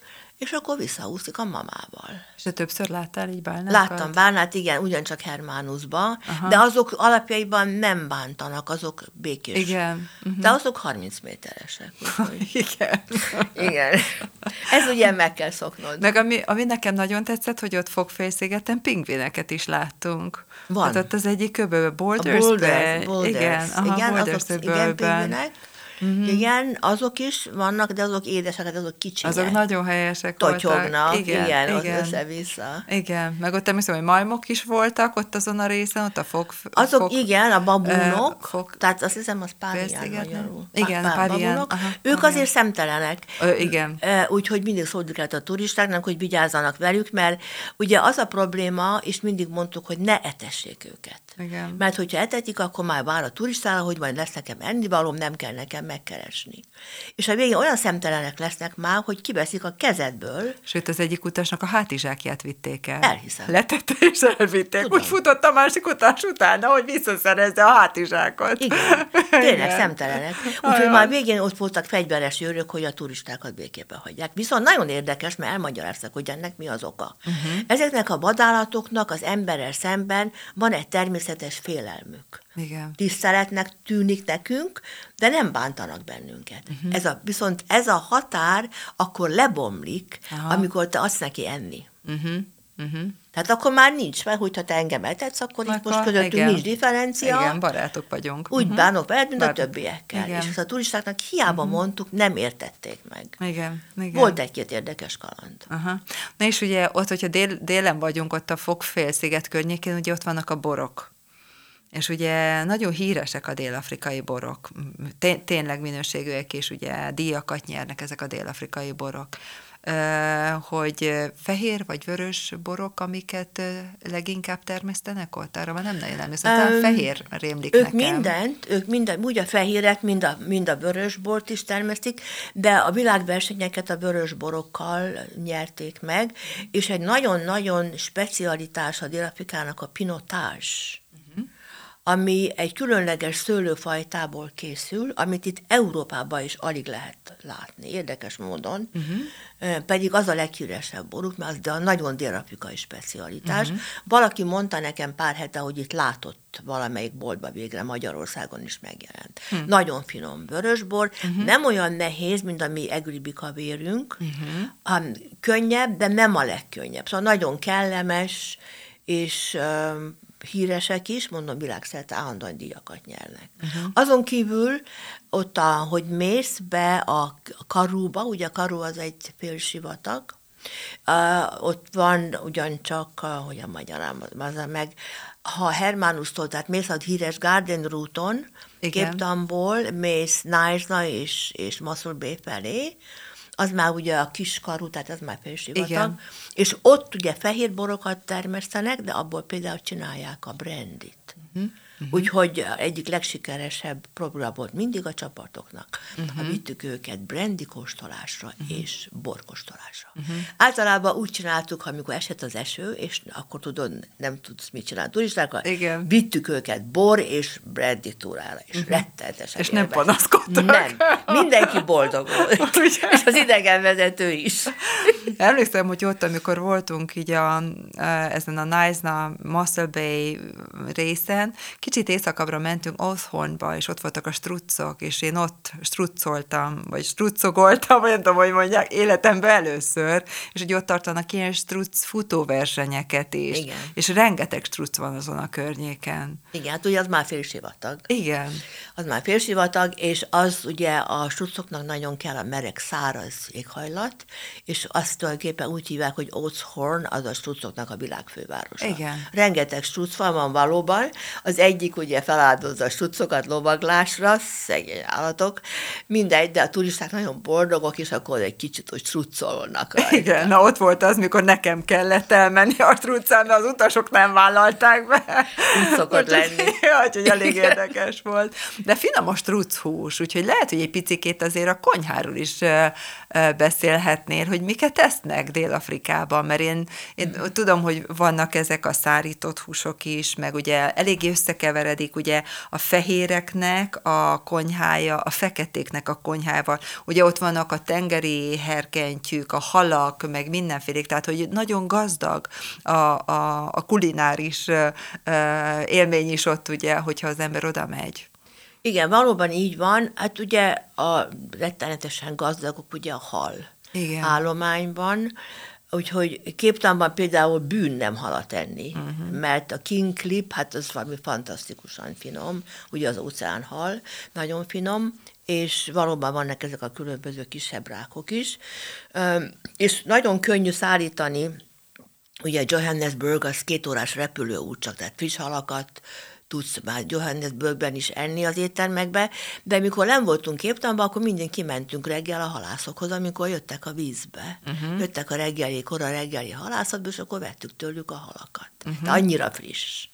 és akkor visszaúszik a mamával. És te többször láttál így bálnákat? Láttam bálnát, igen, ugyancsak Hermanusba, de azok alapjaiban nem bántanak, azok békés. Igen. De azok 30 méteresek. Igen. Igen. Ez ugye meg kell szoknod. Meg ami nekem nagyon tetszett, hogy ott Fogfélszigeten pingvineket is láttunk. Van. Hát ott az egyik köbben, Boulders Bay. Igen, Boulders pingvinek. Igen, azok is vannak, de azok édesek, de azok kicsinyek. Azok nagyon helyesek totyognak, voltak. igen, az össze-vissza. Igen, meg ott hiszem, hogy majmok is voltak ott azon a részen, ott a azok igen, a babunok, tehát azt hiszem, az pávián magyarul. Igen, a pávián. Ők azért szemtelenek. Igen. Úgyhogy mindig szóljuk el a turistáknak, hogy vigyázzanak velük, mert ugye az a probléma, és mindig mondtuk, hogy ne etessék őket. Igen. Mert hogyha etetik, akkor már vár a turistára, hogy majd lesz nekem ennivalóm, nem kell nekem megkeresni. És a végén olyan szemtelenek lesznek már, hogy kiveszik a kezedből. Sőt, az egyik utasnak a hátizsákját vitték el. Elhiszem. Letette és elvitték. Tudom. Úgy futott a másik utas utána, hogy visszaszerezze a hátizsákot. Igen, tényleg szemtelenek. Úgyhogy már végén ott voltak fegyveres őrök, hogy a turistákat békében hagyják. Viszont nagyon érdekes, mert elmagyaráztak, hogy ennek mi az oka. Ezeknek a vadállatoknak az emberrel szemben van egy természetes félelmük. Igen. Tiszteletnek tűnik nekünk, de nem bántanak bennünket. Viszont ez a határ akkor lebomlik, amikor te adsz neki enni. Tehát akkor már nincs, mert hogyha te engem etetsz, akkor itt most közöttünk nincs differencia. Igen, barátok vagyunk. Úgy bánok veled, mint a többiekkel. Igen. És ezt a turistáknak hiába mondtuk, nem értették meg. Igen. Volt egy-két érdekes kaland. Na és ugye ott, hogyha délen vagyunk, ott a Fogfélsziget környékén, ugye ott vannak a borok. És ugye nagyon híresek a dél-afrikai borok. Tényleg minőségűek, és ugye díjakat nyernek ezek a dél-afrikai borok. Hogy fehér vagy vörös borok, amiket leginkább termesztenek ott? Arra már nem nagyon emlékszem. Talán fehér rémlik ők nekem. Ők mindent, úgy a fehéret, mind a vörös bort is termesztik, de a világversenyeket a vörös borokkal nyerték meg, és egy nagyon-nagyon specialitás a Dél-Afrikának a pinotás, ami egy különleges szőlőfajtából készül, amit itt Európában is alig lehet látni, érdekes módon, pedig az a leghíresebb boruk, mert az a nagyon dél-afrikai specialitás. Valaki mondta nekem pár hete, hogy itt látott valamelyik boltba végre Magyarországon is megjelent. Nagyon finom vörösbor, nem olyan nehéz, mint a mi egri kavérünk, könnyebb, de nem a legkönnyebb. Szóval nagyon kellemes, és híresek is, mondom, világszerte állandóan díjakat nyernek. Azon kívül ott, hogy mész be a Karúba, ugye a Karú az egy félsivatag, ott van ugyancsak, hogyan magyarán meg, ha Hermanustól, tehát mész a híres Garden Route-on, Cape Townból mész Nice-na és Mossel Bay felé, az már ugye a Kiskarú, tehát ez már félsivatag, és ott ugye fehér borokat termesztenek, de abból például csinálják a brandyt. Úgyhogy egyik legsikeresebb program volt mindig a csapatoknak. Vittük őket brandy kóstolásra és borkóstolásra. Általában úgy csináltuk, amikor esett az eső, és akkor tudod, nem tudsz mit csinálni turistákkal, vittük őket bor és brandy túrára, és rettenetesen és nem panaszkodtak. Nem, mindenki boldog volt. És az idegenvezető is. Emlékszem, hogy ott, amikor voltunk így ezen a Nice-na Mossel Bay részen, kicsit északabbra mentünk Oathornba, és ott voltak a struccok, és én ott struccoltam, vagy struccogoltam, vagy nem tudom, hogy mondják, életemben először, és hogy ott tartanak ilyen strucc futóversenyeket is. Igen. És rengeteg strucc van azon a környéken. Igen, hát ugye az már félsivatag. Igen. Az már félsivatag, és az ugye a struccoknak nagyon kell a mereg, száraz éghajlat, és azt tulajdonképpen úgy hívják, hogy Oathorn, az a struccoknak a világfővárosa. Igen. Rengeteg strucc van valóban, az egyik ugye feláldozza a struccokat lovaglásra, szegény állatok, mindegy, de a turisták nagyon boldogok, és akkor egy kicsit, hogy struccolnak rajta. Igen, na ott volt az, mikor nekem kellett elmenni a struccán, de az utasok nem vállalták be. Úgy szokott lenni. Úgyhogy elég érdekes volt. De finom a strucchús, úgyhogy lehet, hogy egy picikét azért a konyháról is beszélhetnél, hogy miket esznek Dél-Afrikában, mert én tudom, hogy vannak ezek a szárított húsok is, meg ugye eléggé összekevernek összekeveredik ugye a fehéreknek a konyhája, a feketéknek a konyhájával. Ugye ott vannak a tengeri herkentyűk, a halak, meg mindenfélék, tehát hogy nagyon gazdag a kulináris élmény is ott, ugye, hogyha az ember oda megy. Igen, valóban így van. Hát ugye a rettenetesen gazdagok ugye a hal állományban, úgyhogy Cape Townban például bűn nem halat enni, mert a king clip, hát az valami fantasztikusan finom, ugye az óceánhal, nagyon finom, és valóban vannak ezek a különböző kisebb rákok is, és nagyon könnyű szállítani, ugye Johannesburg az 2 órás repülőút csak, tehát friss halakat tudsz már Johannesburgben is enni az éttermekbe, de mikor nem voltunk Cape Townban, akkor mindig kimentünk reggel a halászokhoz, amikor jöttek a vízbe. Jöttek a kora reggeli halászatba, és akkor vettük tőlük a halakat. De annyira friss.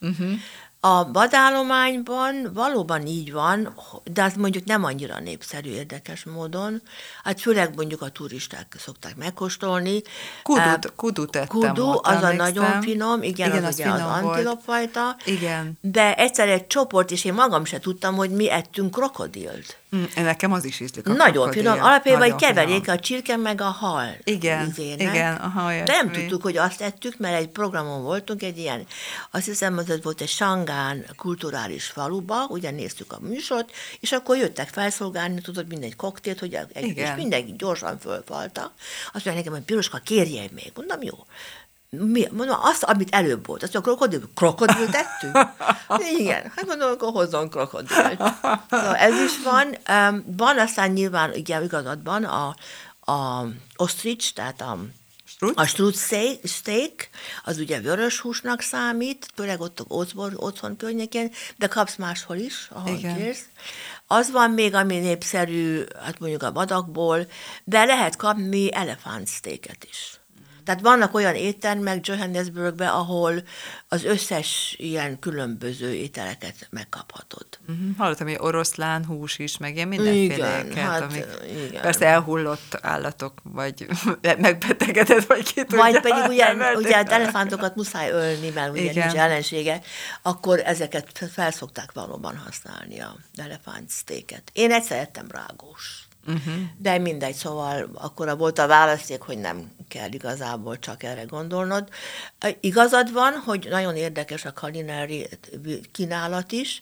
A vadállományban valóban így van, de az mondjuk nem annyira népszerű érdekes módon. Hát főleg mondjuk a turisták szokták megkóstolni. Kudut ettem. Kudu, az a nagyon finom, igen az ugye az antilopfajta. Igen. De egyszer egy csoport, és én magam se tudtam, hogy mi ettünk krokodilt. Nekem az is ízlik. Nagyon finom. Alapjában egy keverék a csirke meg a hal. Igen. De nem tudtuk, hogy azt ettük, mert egy programon voltunk, egy ilyen, azt hiszem, az volt egy Sangán kulturális faluba, ugye néztük a műsort, és akkor jöttek felszolgálni, tudod, mindegy koktélt, hogy és mindenki gyorsan fölfalta. Azt mondja nekem, hogy Piroska, kérjél még. Mondom, jó. Mondom, azt, amit előbb volt, azt a krokodilt ettünk? Igen, hát mondom, akkor hozzon krokodilt. Szóval ez is van. Van aztán nyilván, igen, igazadban a ostrich, tehát a strutz steak, az ugye vörös húsnak számít, főleg ott otthon környékén, de kapsz máshol is, ahol kérsz. Az van még, ami népszerű, hát mondjuk a vadakból, de lehet kapni elefántsztéket is. Tehát vannak olyan éttermek Johannesburgben, ahol az összes ilyen különböző ételeket megkaphatod. Hallottam, hogy oroszlán hús is, meg ilyen mindenféléket, amik persze elhullott állatok, vagy megbetegedett, vagy ki tudja. Vagy pedig ugye az elefántokat muszáj ölni, mert ugye nincs ellensége, akkor ezeket felszokták valóban használni, az elefántsztéket. Én egyszer ettem rágós. De mindegy, szóval akkora volt a választék, hogy nem kell igazából csak erre gondolnod. Igazad van, hogy nagyon érdekes a culinary kínálat is.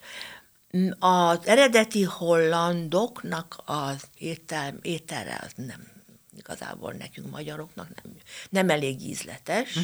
Az eredeti hollandoknak az ételre az nem igazából nekünk magyaroknak nem elég ízletes.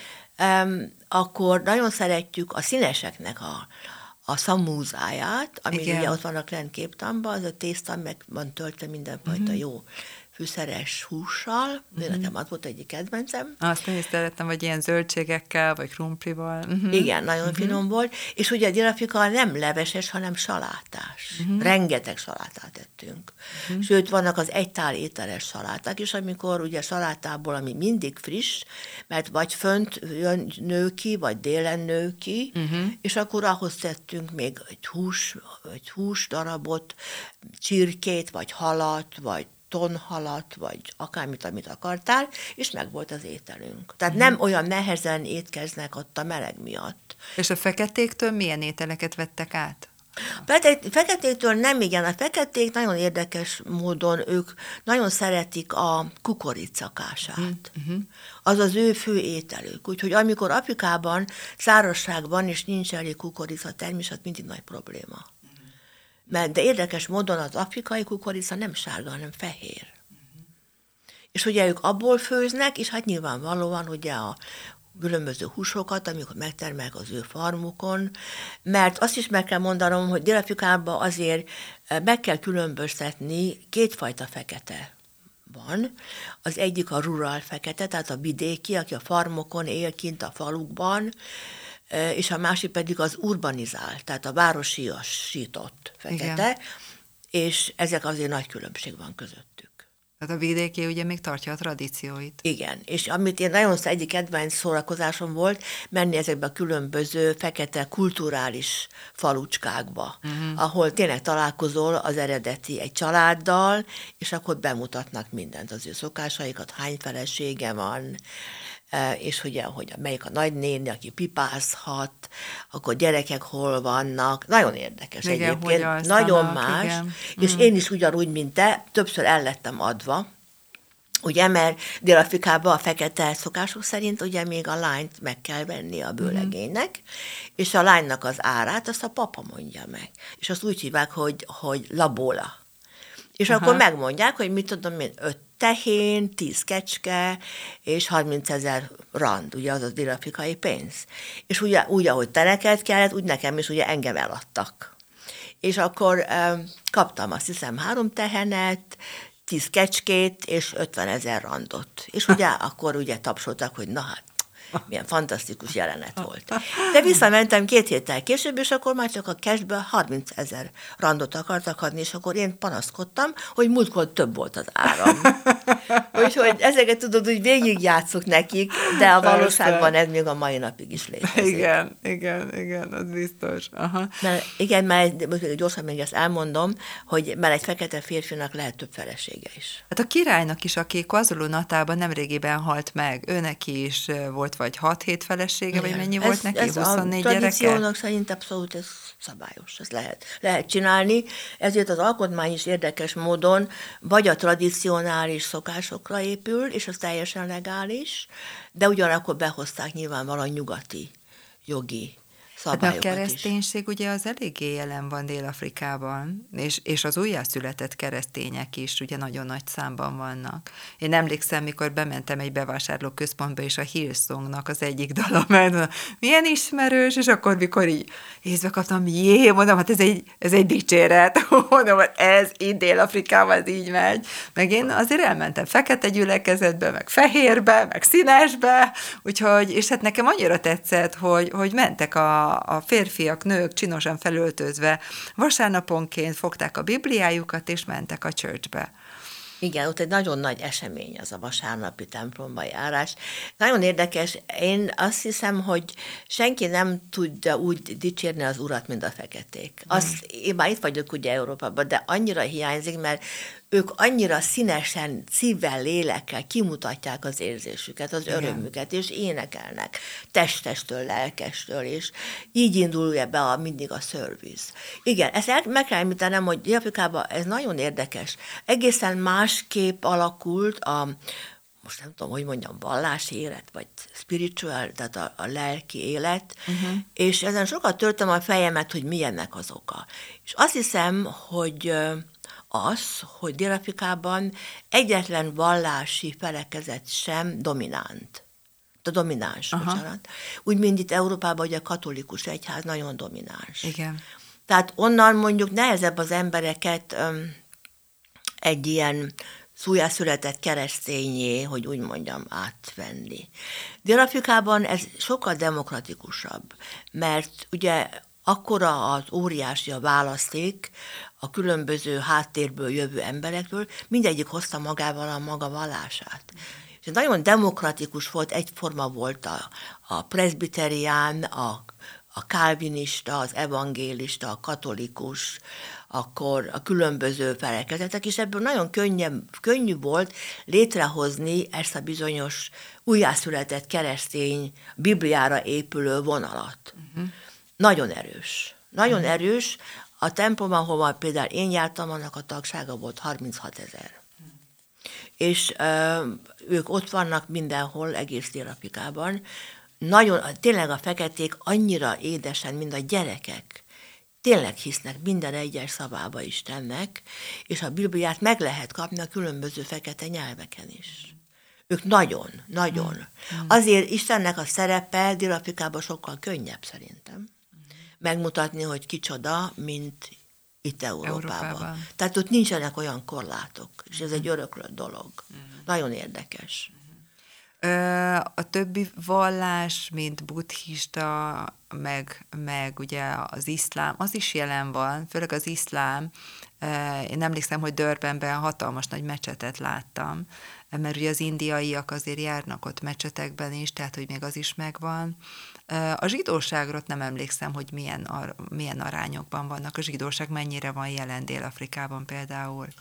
Akkor nagyon szeretjük a színeseknek a szamúzáját, ami ugye ott vannak lent Cape Townban, az a tészta meg van töltve mindenfajta jó fűszeres hússal, nekem az volt egyik kedvencem. Azt én is szerettem, vagy ilyen zöldségekkel, vagy krumplival. Igen, nagyon finom volt, és ugye a Dél-Afrika nem leveses, hanem salátás. Rengeteg salátát ettünk. Sőt, vannak az egytál ételes saláták is, amikor ugye salátából, ami mindig friss, mert vagy fönt nő ki, vagy délen nő ki, és akkor ahhoz tettünk még egy hús darabot, csirkét, vagy halat, vagy tonhalat, vagy akármit, amit akartál, és meg volt az ételünk. Tehát nem olyan nehezen étkeznek ott a meleg miatt. És a feketéktől milyen ételeket vettek át? Feketéktől nem igen. A feketék nagyon érdekes módon, ők nagyon szeretik a kukoricakását. Az az ő fő ételük. Úgyhogy amikor Afrikában szárazság van, és nincs elég kukorica termés, az mindig nagy probléma. De érdekes módon az afrikai kukorica nem sárga, hanem fehér. És ugye ők abból főznek, és hát nyilvánvalóan ugye a különböző húsokat, amikor megtermelnek az ő farmukon, mert azt is meg kell mondanom, hogy Dél-Afrikában azért meg kell különböztetni, kétfajta fekete van. Az egyik a rural fekete, tehát a vidéki, aki a farmokon él kint a falukban, és a másik pedig az urbanizált, tehát a városiasított fekete, igen. És ezek azért nagy különbség van közöttük. Tehát a vidéki ugye még tartja a tradícióit. Igen, és amit én nagyon egyik kedvenc szórakozásom volt, menni ezekbe a különböző fekete kulturális falucskákba, ahol tényleg találkozol az eredeti egy családdal, és akkor bemutatnak mindent, az ő szokásaikat, hány felesége van, és ugye, hogy melyik a nagynéni, aki pipázhat, akkor gyerekek hol vannak. Nagyon érdekes igen, egyébként, nagyon más, igen. és én is ugyanúgy, mint te, többször el lettem adva, ugye, mert Dél-Afrikában a fekete szokások szerint ugye még a lányt meg kell venni a bőlegénynek, és a lánynak az árát azt a papa mondja meg. És azt úgy hívják, hogy labóla. És akkor megmondják, hogy mit tudom én, 5 tehén, 10 kecske, és 30 000 rand, ugye az dél-afrikai pénz. És ugye úgy, ahogy te neked kellett, úgy nekem is ugye engem eladtak. És akkor kaptam azt hiszem 3 tehenet, 10 kecskét és 50 000 randot. És ugye akkor ugye tapsoltak, hogy na hát, milyen fantasztikus jelenet volt. De visszamentem 2 héttel később, és akkor már csak a cashből 30 000 randot akartak adni, és akkor én panaszkodtam, hogy múltkor több volt az áram. Úgyhogy ezeket tudod, úgy végigjátszok nekik, de a valóságban ez még a mai napig is létezik. Igen, az biztos. Aha. Mert gyorsan még ezt elmondom, hogy mert egy fekete férfinak lehet több felesége is. Hát a királynak is, aki KwaZulu-Natálban nemrégiben halt meg, őnek is volt vagy 6-7 felesége, vagy mennyi volt neki? 24 gyereke? A tradíciónak szerint abszolút ez szabályos, ezt lehet csinálni. Ezért az alkotmány is érdekes módon vagy a tradicionális szokásokra épül, és az teljesen legális, de ugyanakkor behozták nyilvánvalóan nyugati jogi szabályokat a kereszténység is. Ugye az eléggé jelen van Dél-Afrikában, és az újjászületett keresztények is ugye nagyon nagy számban vannak. Én emlékszem, mikor bementem egy bevásárlóközpontba, és a Hillsongnak az egyik dala ment, milyen ismerős, és akkor mikor így észbe kaptam, mondom, hát ez egy dicséret, mondom, hogy ez itt Dél-Afrikában ez így megy. Meg én azért elmentem fekete gyülekezetbe, meg fehérbe, meg színesbe, úgyhogy, és hát nekem annyira tetszett, hogy mentek a férfiak, nők csinosan felöltözve, vasárnaponként fogták a Bibliájukat, és mentek a churchbe. Igen, ott egy nagyon nagy esemény az a vasárnapi templomba járás. Nagyon érdekes, én azt hiszem, hogy senki nem tudja úgy dicsérni az Urat, mint a feketék. Én már itt vagyok ugye Európában, de annyira hiányzik, mert ők annyira színesen, szívvel, lélekkel kimutatják az érzésüket, az örömüket, és énekelnek testestől, lelkestől, és így indul be mindig a szerviz. Igen, ezt meg kell említenem, hogy Dél-Afrikában ez nagyon érdekes. Egészen másképp alakult most nem tudom, hogy mondjam, vallási élet, vagy spiritual, tehát a lelki élet, és ezen sokat törtem a fejemet, hogy milyennek az oka. És azt hiszem, hogy hogy Dél-Afrikában egyetlen vallási felekezet sem domináns, bocsánat. Úgy, mint itt Európában, hogy a katolikus egyház nagyon domináns. Igen. Tehát onnan mondjuk nehezebb az embereket egy ilyen újjászületett keresztényé, hogy úgy mondjam, átvenni. Dél-Afrikában ez sokkal demokratikusabb, mert ugye akkora az óriási a választék a különböző háttérből jövő emberekről, mindegyik hozta magával a maga vallását. És nagyon demokratikus volt, egyforma volt a presbiterián, a kálvinista, az evangélista, a katolikus, akkor a különböző felekezetek, és ebből nagyon könnyű volt létrehozni ezt a bizonyos újjászületett keresztény Bibliára épülő vonalat. Nagyon erős. Nagyon erős. A templom, ahova például én jártam, annak a tagsága volt 36 000. És ők ott vannak mindenhol, egész Dél-Afrikában. Tényleg a feketék annyira édesen, mint a gyerekek. Tényleg hisznek minden egyes szavába Istennek, és a Bibliát meg lehet kapni a különböző fekete nyelveken is. Ők nagyon. Azért Istennek a szerepe Dél-Afrikában sokkal könnyebb szerintem. Megmutatni, hogy kicsoda, mint itt Európában. Tehát ott nincsenek olyan korlátok, és ez egy öröklött dolog. Nagyon érdekes. A többi vallás, mint buddhista, meg ugye az iszlám, az is jelen van, főleg az iszlám. Én emlékszem, hogy Durbanben hatalmas nagy mecsetet láttam, mert ugye az indiaiak azért járnak ott mecsetekben is, tehát hogy még az is megvan. A zsidóságra nem emlékszem, hogy milyen arányokban vannak. A zsidóság mennyire van jelen Dél-Afrikában például.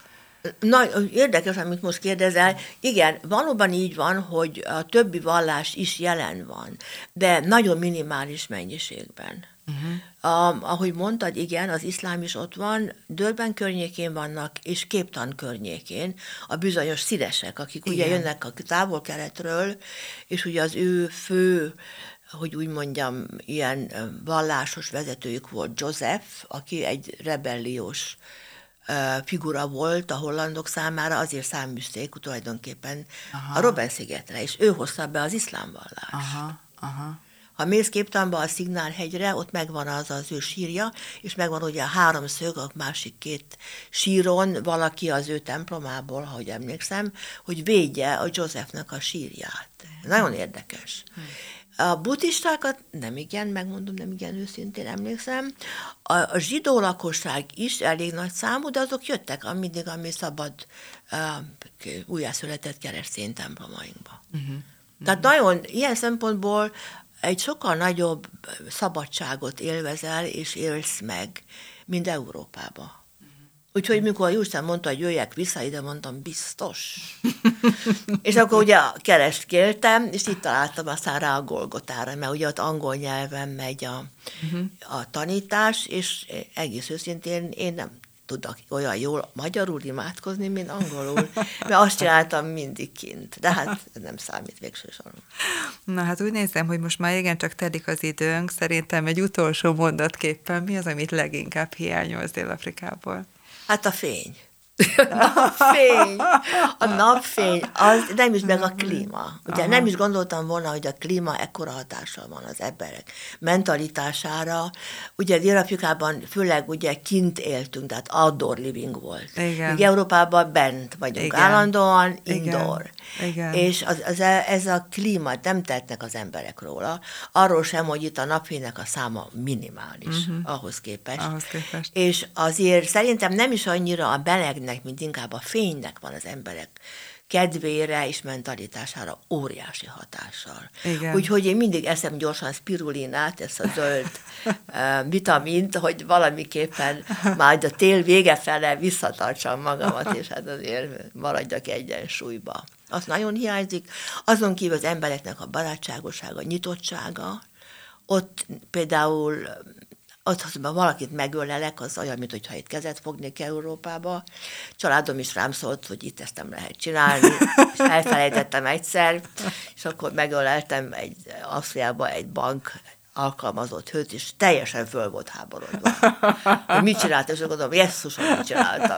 Érdekes, amit most kérdezel. Igen, valóban így van, hogy a többi vallás is jelen van, de nagyon minimális mennyiségben. Ahogy mondtad, igen, az iszlám is ott van, Durban környékén vannak, és Cape Town környékén a bizonyos színesek, akik ugye jönnek a távol-keletről, és ugye az ő fő, hogy úgy mondjam, ilyen vallásos vezetőjük volt Joseph, aki egy rebelliós figura volt a hollandok számára, azért száműzték tulajdonképpen a Robben-szigetre, és ő hozta be az iszlám vallást. Ha mész Cape Townba a Szignál-hegyre, ott megvan az ő sírja, és megvan ugye a 3 szög, a másik 2 síron valaki az ő templomából, ahogy emlékszem, hogy védje a Josephnek a sírját. Nagyon érdekes. A buddhistákat nem igen, megmondom, nem igen őszintén emlékszem. A zsidó lakosság is elég nagy számú, de azok jöttek mindig, ami szabad újjászületett keresztény templomainkba. Tehát nagyon ilyen szempontból egy sokkal nagyobb szabadságot élvezel és élsz meg, mint Európába. Úgyhogy mikor Jóisten mondta, hogy jöjjek vissza ide, mondtam, biztos. És akkor ugye kértem, és itt találtam aztán rá a Golgotára, mert ugye ott angol nyelven megy a tanítás, és egész őszintén én nem tudok olyan jól magyarul imádkozni, mint angolul, mert azt csináltam mindig kint. De hát nem számít végső soron. Na hát úgy nézem, hogy most már igen, csak telik az időnk. Szerintem egy utolsó mondatképpen mi az, amit leginkább hiányolsz Dél-Afrikából? Hát a fény. A napfény, az nem is meg a klíma. Ugye nem is gondoltam volna, hogy a klíma ekkora hatással van az emberek mentalitására. Ugye Dél-Afrikában főleg ugye kint éltünk, tehát outdoor living volt. Igen. Ugye Európában bent vagyunk, igen. Állandóan indoor. Igen. És ez a klíma, nem tehetnek az emberek róla. Arról sem, hogy itt a napfénynek a száma minimális ahhoz képest. És azért szerintem nem is annyira a melegnek, mint inkább a fénynek van az emberek kedvére és mentalitására óriási hatással. Igen. Úgyhogy én mindig eszem gyorsan spirulinát, ezt a zöld vitamint, hogy valamiképpen majd a tél vége fele visszatartsam magamat, és hát azért maradjak egyensúlyba. Az nagyon hiányzik. Azon kívül az embereknek a barátságossága, nyitottsága. Ott például ha valakit megölelek, az olyan, mintha itt kezet fognék Európába. Családom is rám szólt, hogy itt ezt nem lehet csinálni, és elfelejtettem egyszer, és akkor megöleltem Ausztriába egy bank alkalmazott hőt, és teljesen föl volt háborodva. Hogy mit csináltam, és akkor gondolom, jesszusom, mit csináltam.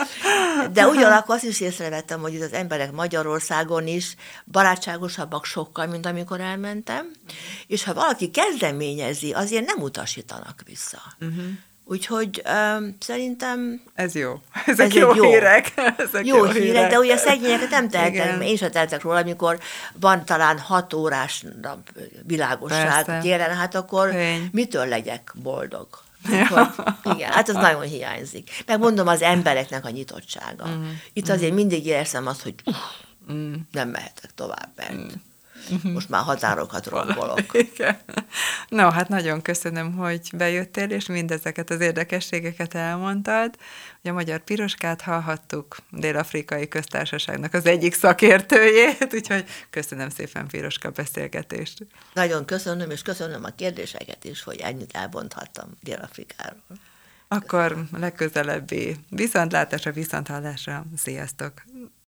De ugyanakkor azt is észrevettem, hogy az emberek Magyarországon is barátságosabbak sokkal, mint amikor elmentem, és ha valaki kezdeményezi, azért nem utasítanak vissza. Úgyhogy szerintem... Ez jó. Ezek jó hírek. Jó hírek, de ugye szegényeket nem tehetek, mert én sem tehetek róla, amikor van talán 6 órás világosság télen, hát akkor mitől legyek boldog? Úgyhogy, igen, hát ez nagyon hiányzik. Megmondom, az embereknek a nyitottsága. Itt azért mindig érzem azt, hogy nem mehetek tovább, mert most már határokat rombolok. No, hát nagyon köszönöm, hogy bejöttél, és mindezeket az érdekességeket elmondtad. Ugye a Magyar Piroskát hallhattuk, Dél-Afrikai Köztársaságnak az egyik szakértőjét, úgyhogy köszönöm szépen, Piroska, beszélgetést. Nagyon köszönöm, és köszönöm a kérdéseket is, hogy ennyit elbonthattam Dél-Afrikáról. Akkor legközelebbi viszontlátásra, viszonthallásra. Sziasztok!